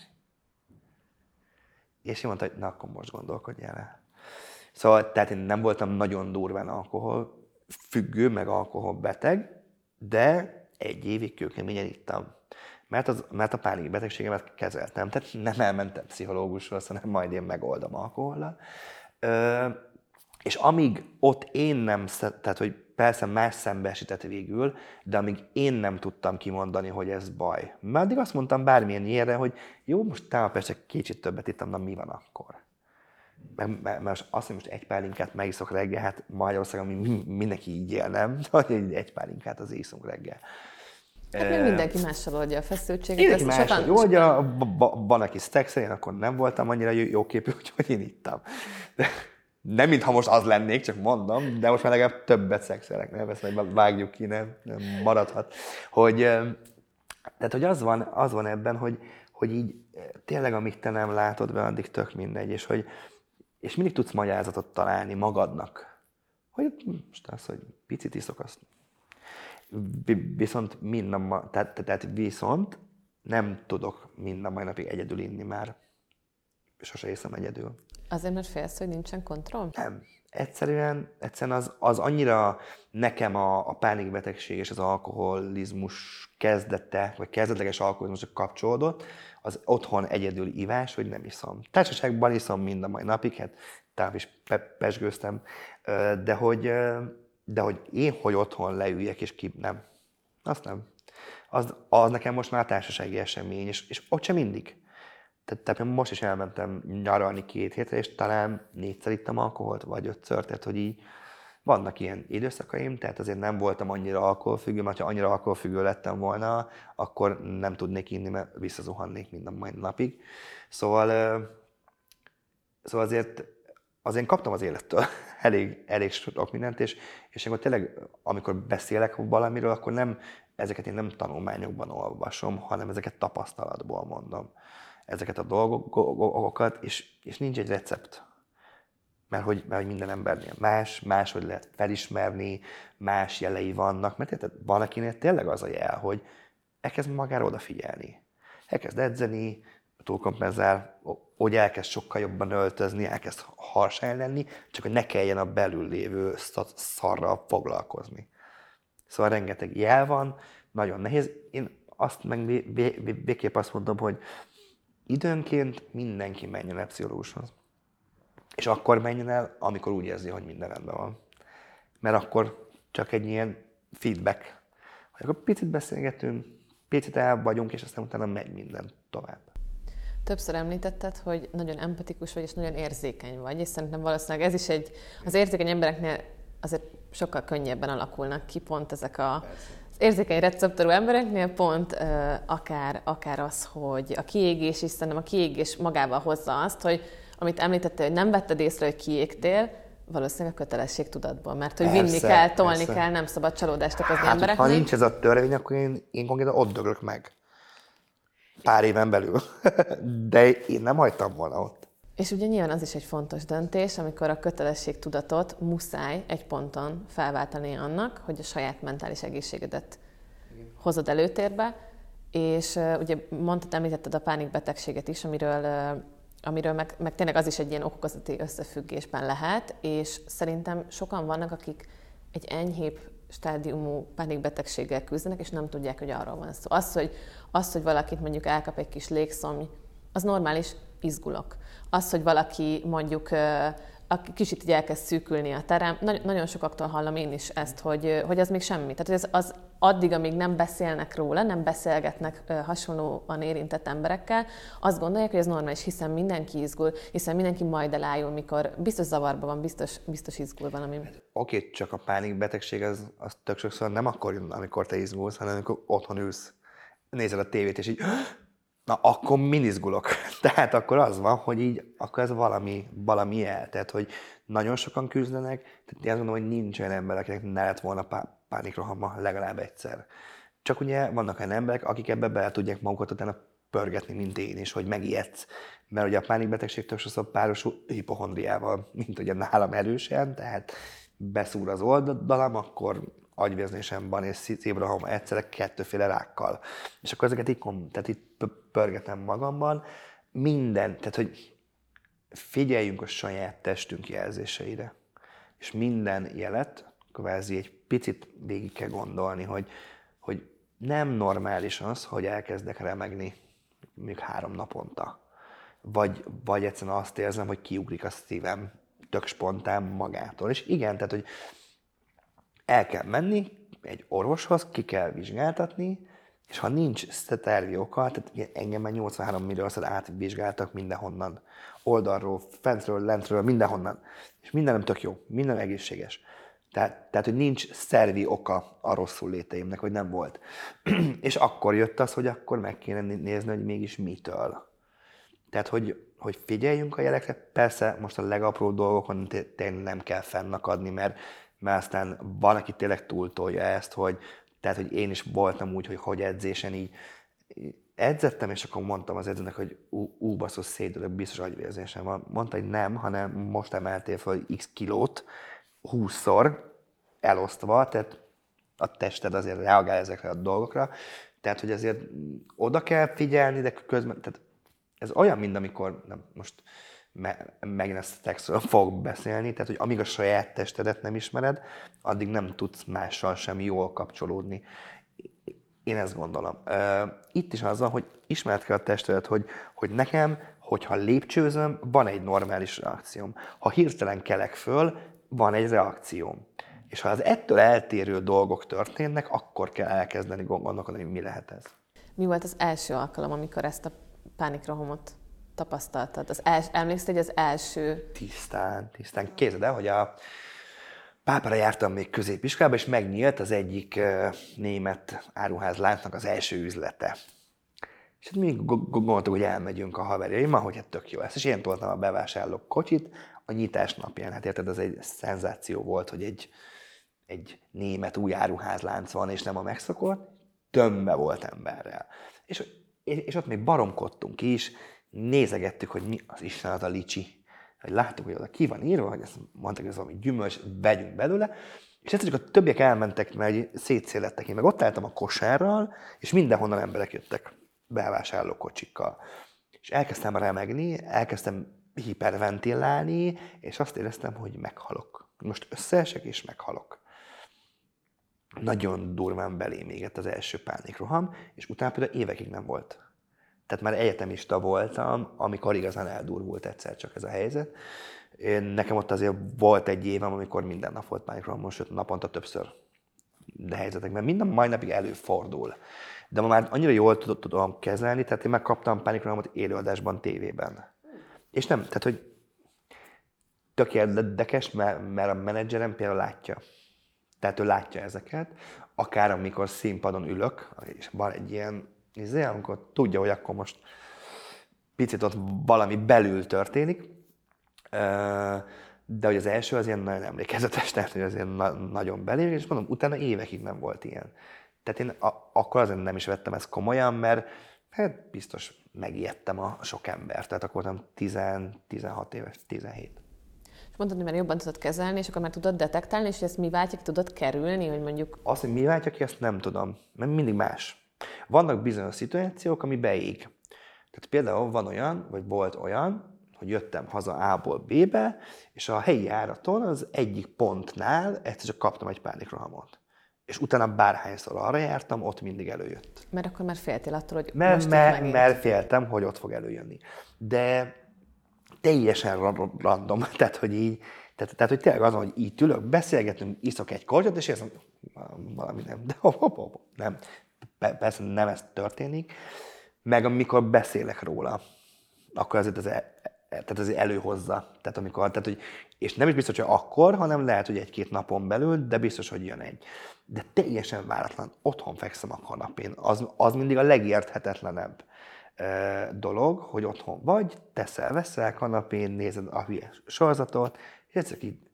és én mondta, hogy na, akkor most gondolkodjál el. Szóval, tehát én nem voltam nagyon durván alkoholfüggő, meg alkoholbeteg, de 1 évig kőkeményen ittam. Mert a pánikbetegségemet kezeltem. Tehát nem elmentem pszichológushoz, hanem majd én megoldom alkohollal. És amíg ott én nem, tehát hogy persze más szembesített végül, de amíg én nem tudtam kimondani, hogy ez baj. Mert addig azt mondtam bármilyen ilyenre, hogy jó, most tegnap este kicsit többet ittam, na mi van akkor? Mert azt, hogy most 1 pálinkát megiszok reggel, hát Magyarországon mindenki így él, nem? Hogy 1 pálinkát az iszunk reggel. Hát még mindenki mással oldja a feszültséget. Mindenki mással oldja, van, aki szexel, én akkor nem voltam annyira jóképű, úgyhogy én ittam. Nem mintha most az lennék, csak mondom, de most már legalább többet szexelek, nem? Ezt majd vágjuk ki, nem maradhat. Tehát, hogy az van ebben, hogy így tényleg, amíg te nem látod be, addig tök mindegy, és mindig tudsz magyarázatot találni magadnak. Hogy most az, hogy picit iszok, azt. Viszont viszont nem tudok minden mai napig egyedül inni már. Sose észem egyedül. Azért, mert félsz, hogy nincsen kontroll? Nem. Egyszerűen az annyira nekem a pánikbetegség és az alkoholizmus kezdete, vagy kezdetleges alkoholizmusra kapcsolódott, az otthon egyedül ivás, hogy nem iszom. Társaságban iszom mind a mai napig, hát távol is pezsgőztem, de hogy én, hogy otthon leüljek és nem. Azt nem. Az nekem most már társasági esemény, és ott sem mindig. Tehát most is elmentem nyaralni 2 hétre, és talán 4-szer ittam alkoholt, vagy 5-ször, tehát hogy így vannak ilyen időszakaim, tehát azért nem voltam annyira alkoholfüggő, mert ha annyira alkoholfüggő lettem volna, akkor nem tudnék inni, mert visszazuhannék minden mai napig. Szóval azért én kaptam az élettől elég sok mindent, és akkor tényleg, amikor beszélek valamiről, akkor ezeket én nem tanulmányokban olvasom, hanem ezeket tapasztalatból mondom. Ezeket a dolgokat, és nincs egy recept. Mert hogy minden embernél máshogy lehet felismerni, más jelei vannak, mert érted, van akinél tényleg az a jel, hogy elkezd magára odafigyelni. Elkezd edzeni, túlkompenzál, hogy elkezd sokkal jobban öltözni, elkezd harsány lenni, csak hogy ne kelljen a belül lévő szarral foglalkozni. Szóval rengeteg jel van, nagyon nehéz. Én azt meg végképp azt mondom, hogy időnként mindenki menjen el pszichológushoz. És akkor menjen el, amikor úgy érzi, hogy minden rendben van. Mert akkor csak egy ilyen feedback, hogy akkor picit beszélgetünk, picit el vagyunk, és aztán utána megy minden tovább. Többször említetted, hogy nagyon empatikus vagy, és nagyon érzékeny vagy, és szerintem valószínűleg ez is az érzékeny embereknél azért sokkal könnyebben alakulnak ki pont ezek az érzékeny receptorú embereknél pont akár az, hogy a kiégés is, szerintem a kiégés magával hozza azt, hogy amit említettél, hogy nem vetted észre, hogy kiégtél, valószínűleg a kötelességtudatból, mert hogy vinni kell, tolni kell, nem szabad csalódást okozni embereknek. Ha nincs ez a törvény, akkor én konkrétan ott döglök meg. Pár éven belül. De én nem hagytam volna ott. És ugye nyilván az is egy fontos döntés, amikor a kötelességtudatot muszáj egy ponton felváltani annak, hogy a saját mentális egészségedet hozod előtérbe, és ugye említetted a pánikbetegséget is, amiről meg tényleg az is egy ilyen okokozati összefüggésben lehet, és szerintem sokan vannak, akik egy enyhébb stádiumú pánikbetegséggel küzdenek, és nem tudják, hogy arról van szó. Az, hogy valakit mondjuk elkap egy kis légszomj, az normális, izgulok. Az, hogy valaki mondjuk kicsit így elkezd szűkülni a terem, nagyon sokaktól hallom én is ezt, hogy az még semmi. Tehát hogy az addig, amíg nem beszélnek róla, nem beszélgetnek hasonlóan érintett emberekkel, azt gondolják, hogy ez normális, hiszen mindenki izgul, hiszen mindenki majd elájul, mikor biztos zavarban van, biztos izgul valami. Oké, csak a pánikbetegség az tök sokszor nem akkor jön, amikor te izgulsz, hanem amikor otthon ülsz, nézed a tévét, és így na, akkor min izgulok. Tehát akkor az van, hogy így, akkor ez valami jel. Tehát, hogy nagyon sokan küzdenek, tehát én azt gondolom, hogy nincs olyan ember, akinek ne lett volna pánikrohama legalább egyszer. Csak ugye vannak olyan emberek, akik ebbe bele tudják magukat utána pörgetni, mint én is, hogy megijedsz. Mert ugye a pánikbetegség tök sokszor párosul hipochondriával, mint ugye nálam erősen, tehát beszúr az oldalam, akkor agyvérzésem van és szívroham egyszerre 2 rákkal. És akkor ezeket így pörgetem magamban. Tehát hogy figyeljünk a saját testünk jelzéseire. És minden jelet kvázi egy picit végig kell gondolni, hogy nem normális az, hogy elkezdek remegni még 3 naponta. Vagy egyszerűen azt érzem, hogy kiugrik a szívem tök spontán magától. És igen, tehát hogy el kell menni egy orvoshoz, ki kell vizsgáltatni, és ha nincs szervi oka, tehát engem már 83 milliószor átvizsgáltak mindenhonnan. Oldalról, fentről, lentről, mindenhonnan. És mindenem tök jó, minden egészséges. Tehát, hogy nincs szervi oka a rosszul léteimnek, hogy nem volt. És akkor jött az, hogy akkor meg kéne nézni, hogy mégis mitől. Tehát, hogy figyeljünk a jelekre, persze most a legapróbb dolgokon tényleg nem kell fennakadni, mert aztán van, aki tényleg túltolja ezt, hogy én is voltam úgy, hogy edzésen így edzettem, és akkor mondtam az edzőnek, hogy basszus, szédülök, biztos agyvérzésem van. Mondta, hogy nem, hanem most emeltél fel x kilót 20-szor elosztva, tehát a tested azért reagál ezekre a dolgokra. Tehát, hogy azért oda kell figyelni, de közben, tehát ez olyan, mint amikor, most megint ezt a textről fogok beszélni, tehát, hogy amíg a saját testedet nem ismered, addig nem tudsz mással sem jól kapcsolódni. Én ezt gondolom. Itt is az van, hogy ismerd kell a testedet, hogy nekem, hogyha lépcsőzöm, van egy normális reakcióm. Ha hirtelen kelek föl, van egy reakcióm. És ha az ettől eltérő dolgok történnek, akkor kell elkezdeni gondolkodni, hogy mi lehet ez. Mi volt az első alkalom, amikor ezt a pánikrohamot tapasztaltad? Emlékszel, hogy az első... Tisztán. Képzeld el, hogy a Pápára jártam még középiskolába, és megnyílt az egyik német áruházláncnak az első üzlete. És hát mi gondoltuk, hogy elmegyünk a haverjaimmal, hogy hát tök jó lesz. És én toltam a bevásárló kocsit a nyitás napján. Hát érted, ez egy szenzáció volt, hogy egy német új áruházlánc van, és nem a megszokott. Tömve volt emberrel. És ott még baromkodtunk is, nézegettük, hogy mi az Isten az a licsi. Hogy láttuk, hogy oda ki van írva, hogy ezt mondták, hogy ez valami gyümölcs, vegyünk belőle. És egyszer csak a többiek elmentek, mert szétszélettek. Én meg ott álltam a kosárral, és mindenhonnan emberek jöttek bevásárló kocsikkal. És elkezdtem remegni, elkezdtem hiperventilálni, és azt éreztem, hogy meghalok. Most összeesek, és meghalok. Nagyon durván belém égett az első pánikroham, és utána például évekig nem volt. Tehát már egyetemista voltam, amikor igazán eldurvult egyszer csak ez a helyzet. Nekem ott azért volt egy évem, amikor minden nap volt pánikroham, sőt naponta többször. De helyzetekben minden mai napig előfordul. De ma már annyira jól tudom kezelni, tehát én megkaptam pánikrohamot élőadásban, tévében. És nem, tehát hogy tök érdekes, mert a menedzserem például látja. Tehát ő látja ezeket, akár amikor színpadon ülök, és van egy ilyen amikor tudja, hogy akkor most picit ott valami belül történik, de hogy az első az ilyen nagyon emlékezetes, tehát hogy az ilyen nagyon belül, és mondom, utána évekig nem volt ilyen. Tehát én akkor azért nem is vettem ezt komolyan, mert hát biztos megijedtem a sok embert, tehát akkor voltam 16 éves, 17. És mondtad, hogy már jobban tudod kezelni, és akkor már tudod detektálni, és ezt mi váltja ki, tudod kerülni, hogy mondjuk... Azt, hogy mi váltja ki, azt nem tudom, mert mindig más. Vannak bizonyos szituációk, ami beég. Tehát például van olyan, vagy volt olyan, hogy jöttem haza A-ból B-be, és a helyi járaton az egyik pontnál egyszer csak kaptam egy pánikrohamot. És utána bárhányszor arra jártam, ott mindig előjött. Mert akkor már féltél attól, hogy mert féltem, hogy ott fog előjönni. De teljesen random, tehát hogy így, tehát hogy tényleg azon, hogy így ülök, beszélgetünk, iszok egy kortyot, és érzem, valami nem, de nem. Persze nem ez történik, meg amikor beszélek róla, akkor azért az előhozza. És nem is biztos, hogy akkor, hanem lehet, hogy egy-két napon belül, de biztos, hogy jön egy. De teljesen váratlan, otthon fekszem a kanapén. Az mindig a legérthetetlenebb dolog, hogy otthon vagy, veszel kanapén, nézed a hülye sorozatot, és egyszer így,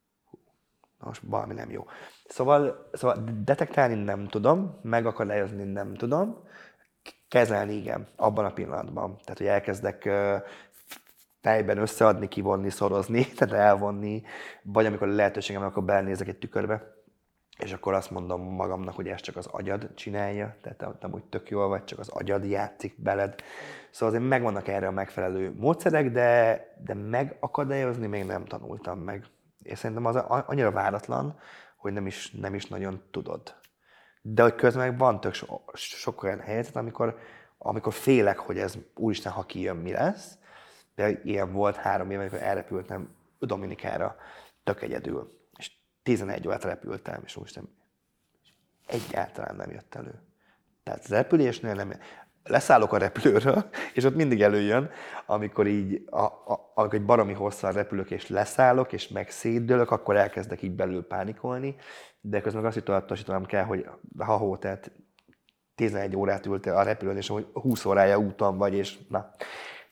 most valami nem jó. Szóval detektálni nem tudom, megakadályozni nem tudom, kezelni igen, abban a pillanatban. Tehát, hogy elkezdek fejben összeadni, kivonni, szorozni, tehát elvonni, vagy amikor lehetőségem, akkor belenézek egy tükörbe, és akkor azt mondom magamnak, hogy ez csak az agyad csinálja, tehát nem úgy tök jól vagy, csak az agyad játszik beled. Szóval azért megvannak erre a megfelelő módszerek, de megakadályozni még nem tanultam meg. És szerintem az annyira váratlan, hogy nem is nagyon tudod. De hogy közben meg van tök sok olyan helyzet, amikor félek, hogy ez úristen, ha kijön, mi lesz. De ilyen volt 3 éve, amikor elrepültem Dominikára tök egyedül. És 11 órát repültem, és úristen, egyáltalán nem jött elő. Tehát az repülésnél nem leszállok a repülőről, és ott mindig előjön, amikor így, amikor egy baromi hosszan repülök, és leszállok, és meg szétdőlök, akkor elkezdek így belül pánikolni, de közben azt tudatosítanom kell, hogy tehát 11 órát ültél a repülőn, és 20 órája úton vagy, és na.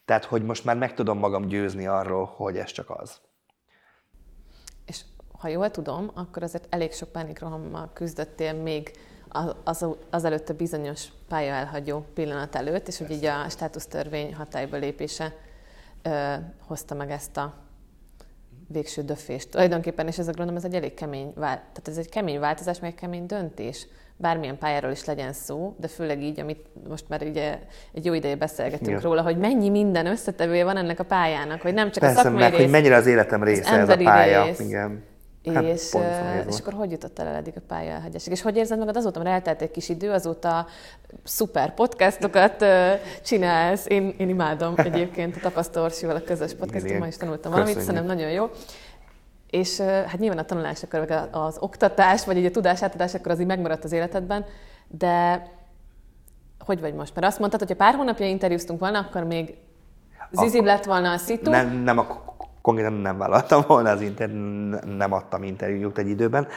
Tehát, hogy most már meg tudom magam győzni arról, hogy ez csak az. És ha jól tudom, akkor azért elég sok pánikrohammal küzdöttél még azelőtt a bizonyos pályaelhagyó pillanat előtt, és hogy így a státusztörvény hatályba lépése hozta meg ezt a végső döfést. Tulajdonképpen, és gondolom, ez egy elég kemény, tehát ez egy kemény változás, meg egy kemény döntés. Bármilyen pályáról is legyen szó, de főleg így, amit most már ugye egy jó ideje beszélgetünk róla, hogy mennyi minden összetevője van ennek a pályának, hogy nem csak persze, a szakmai meg, rész, hogy mennyire az életem része ez a pálya. Rész. Igen. Hát és akkor hogy jutott el eddig a pályaelhagyásig? És hogy érzed magad azóta, mert eltelt egy kis idő, azóta szuper podcastokat csinálsz. Én imádom egyébként a Tapasztó Orsival a közös podcastot, ma is tanultam valamit, szerintem nagyon jó. És hát nyilván a tanulás, akkor az oktatás, vagy így a tudásátadás, akkor az így megmaradt az életedben, de hogy vagy most? Mert azt mondtad, hogy ha pár hónapja interjúztunk volna, akkor még zizibb lett volna a szitu. Konkrétan nem vállaltam volna az nem adtam interjút egy időben.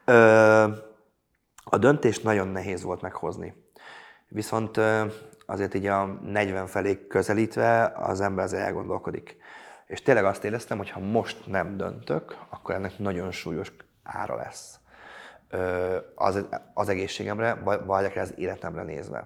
A döntést nagyon nehéz volt meghozni. Viszont azért így a 40 felé közelítve az ember azért elgondolkodik. És tényleg azt éreztem, hogy ha most nem döntök, akkor ennek nagyon súlyos ára lesz. Az egészségemre, vagy akár az életemre nézve.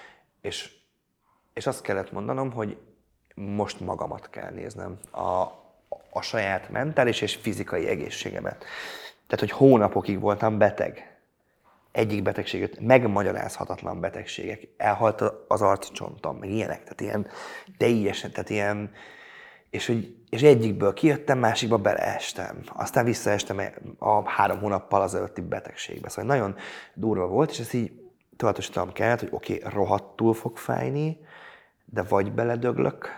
És azt kellett mondanom, hogy most magamat kell néznem. A saját mentális és fizikai egészségemet. Tehát, hogy hónapokig voltam beteg. Egyik betegséget, megmagyarázhatatlan betegségek. Elhalt az arccsontom, meg ilyenek. Tehát ilyen teljesen, tehát ilyen... És egyikből kijöttem, másikba beleestem. Aztán visszaestem a 3 hónappal az előtti betegségbe. Szóval nagyon durva volt, és ezt így tudatosítanom kellett, hogy oké, rohadtul fog fájni, de vagy beledöglök,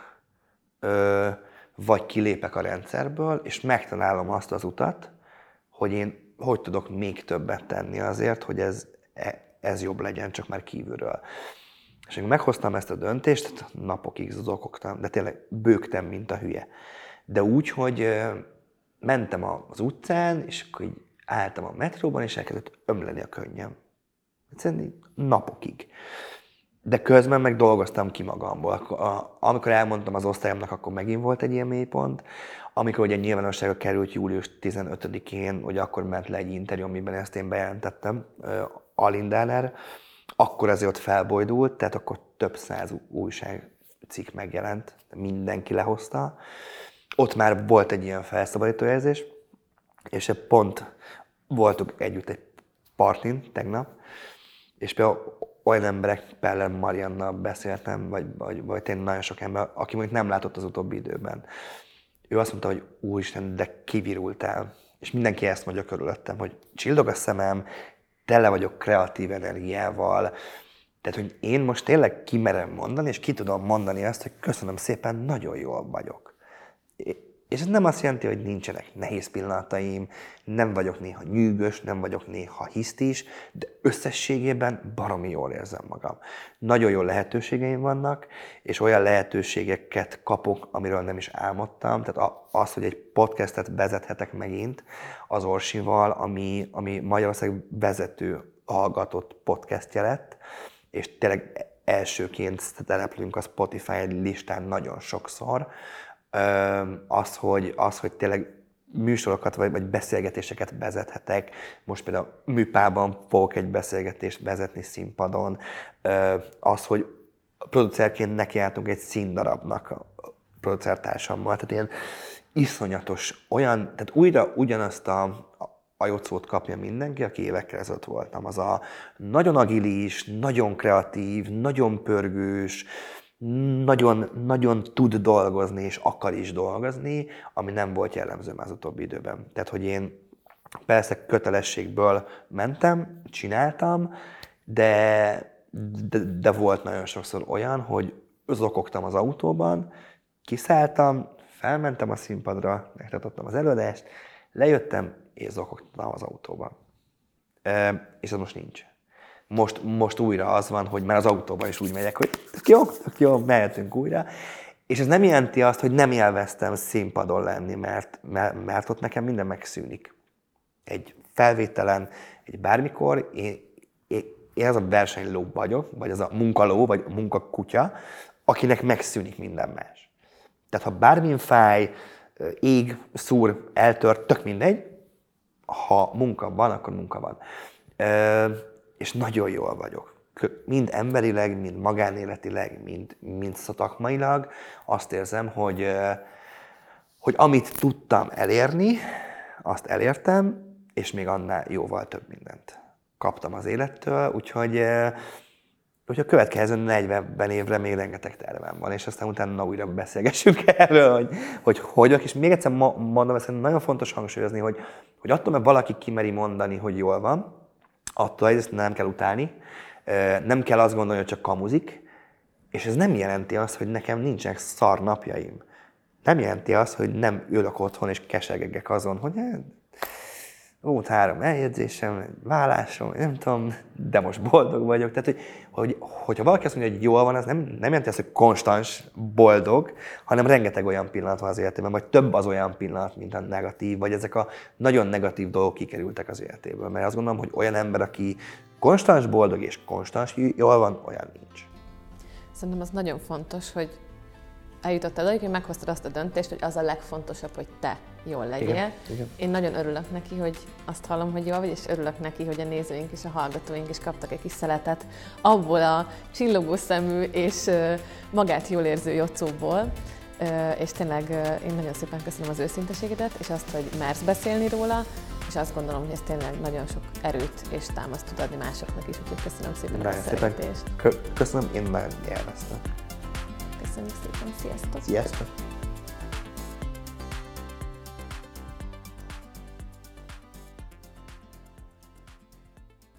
vagy kilépek a rendszerből, és megtalálom azt az utat, hogy én hogy tudok még többet tenni azért, hogy ez jobb legyen, csak már kívülről. És amikor meghoztam ezt a döntést, napokig zokogtam, de tényleg bőgtem, mint a hülye. De úgy, hogy mentem az utcán, és akkor így álltam a metróban, és elkezdett ömleni a könnyem. Egyszerűen napokig. De közben meg dolgoztam ki magamból. Amikor elmondtam az osztályomnak, akkor megint volt egy ilyen mélypont. Amikor ugye nyilvánosságra került július 15-én, ugye akkor ment le egy interjú, amiben ezt én bejelentettem, Alindáner, akkor azért ott felbojdult, tehát akkor több 100 újságcikk megjelent, mindenki lehozta. Ott már volt egy ilyen felszabadító érzés, és pont voltunk együtt egy partin tegnap, és például olyan emberek, Peller Mariannal beszéltem, vagy tényleg nagyon sok ember, aki mondjuk nem látott az utóbbi időben. Ő azt mondta, hogy úristen, de kivirultál. És mindenki ezt mondja körülöttem, hogy csillog a szemem, tele vagyok kreatív energiával. Tehát, hogy én most tényleg kimerem mondani, és ki tudom mondani azt, hogy köszönöm szépen, nagyon jól vagyok. És ez nem azt jelenti, hogy nincsenek nehéz pillanataim, nem vagyok néha nyűgös, nem vagyok néha hisztis, de összességében baromi jól érzem magam. Nagyon jó lehetőségeim vannak, és olyan lehetőségeket kapok, amiről nem is álmodtam. Tehát az, hogy egy podcastet vezethetek megint az Orsival, ami Magyarország vezető hallgatott podcastje lett, és tényleg elsőként szereplünk a Spotify listán nagyon sokszor, az, hogy tényleg műsorokat vagy beszélgetéseket vezethetek. Most például Műpában fogok egy beszélgetést vezetni színpadon. Az, hogy producerként nekiálltunk egy színdarabnak a producertársammal. Tehát ilyen iszonyatos, tehát újra ugyanazt a jocót kapja mindenki, aki évekkel ezelőtt voltam. Az a nagyon agilis, nagyon kreatív, nagyon pörgős, nagyon tud dolgozni, és akar is dolgozni, ami nem volt jellemző már az utóbbi időben. Tehát, hogy én persze kötelességből mentem, csináltam, de volt nagyon sokszor olyan, hogy zokogtam az autóban, kiszálltam, felmentem a színpadra, megtartottam az előadást, lejöttem, és zokogtam az autóban. És ez most nincs. Most újra az van, hogy már az autóban is úgy megyek, hogy tök jó, mehetünk újra. És ez nem jelenti azt, hogy nem élveztem színpadon lenni, mert ott nekem minden megszűnik. Egy felvételen, egy bármikor, én az a versenyló vagyok, vagy az a munkaló, vagy a munkakutya, akinek megszűnik minden más. Tehát ha bármin fáj, ég, szúr, eltört, tök mindegy, ha munka van, akkor munka van. És nagyon jól vagyok. Mind emberileg, mind magánéletileg, mind szakmailag. Azt érzem, hogy amit tudtam elérni, azt elértem, és még annál jóval több mindent kaptam az élettől, úgyhogy a következő 40 évre még rengeteg tervem van, és aztán utána újra beszélgessünk erről, hogy és még egyszer mondom, ezt nagyon fontos hangsúlyozni, hogy attól, mert valaki kimeri mondani, hogy jól van, attól ezt nem kell utálni, nem kell azt gondolni, hogy csak kamuzik, és ez nem jelenti azt, hogy nekem nincsenek szar napjaim. Nem jelenti azt, hogy nem ülök otthon és kesergek azon, hogy volt 3 eljegyzésem, vállásom, nem tudom, de most boldog vagyok. Tehát, hogyha valaki azt mondja, hogy jól van, az nem jelenti azt, hogy konstans boldog, hanem rengeteg olyan pillanat van az életében, vagy több az olyan pillanat, mint a negatív, vagy ezek a nagyon negatív dolgok kikerültek az életéből. Mert azt gondolom, hogy olyan ember, aki konstans boldog és konstans jól van, olyan nincs. Szerintem az nagyon fontos, hogy eljutottál odaig, hogy meghoztad azt a döntést, hogy az a legfontosabb, hogy te jól legyél. Igen. Én nagyon örülök neki, hogy azt hallom, hogy jól vagy, és örülök neki, hogy a nézőink és a hallgatóink is kaptak egy kis szeletet abból a csillogó szemű és magát jól érző Jocóból. És tényleg én nagyon szépen köszönöm az őszinteségedet, és azt, hogy mersz beszélni róla, és azt gondolom, hogy ez tényleg nagyon sok erőt és támaszt tud adni másoknak is, úgyhogy köszönöm szépen a beszélgetést. Köszönöm, én nagyon élveztem. Köszönjük szépen, sziasztok! Sziasztok!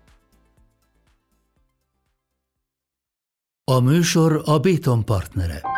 A műsor a Béton partnere.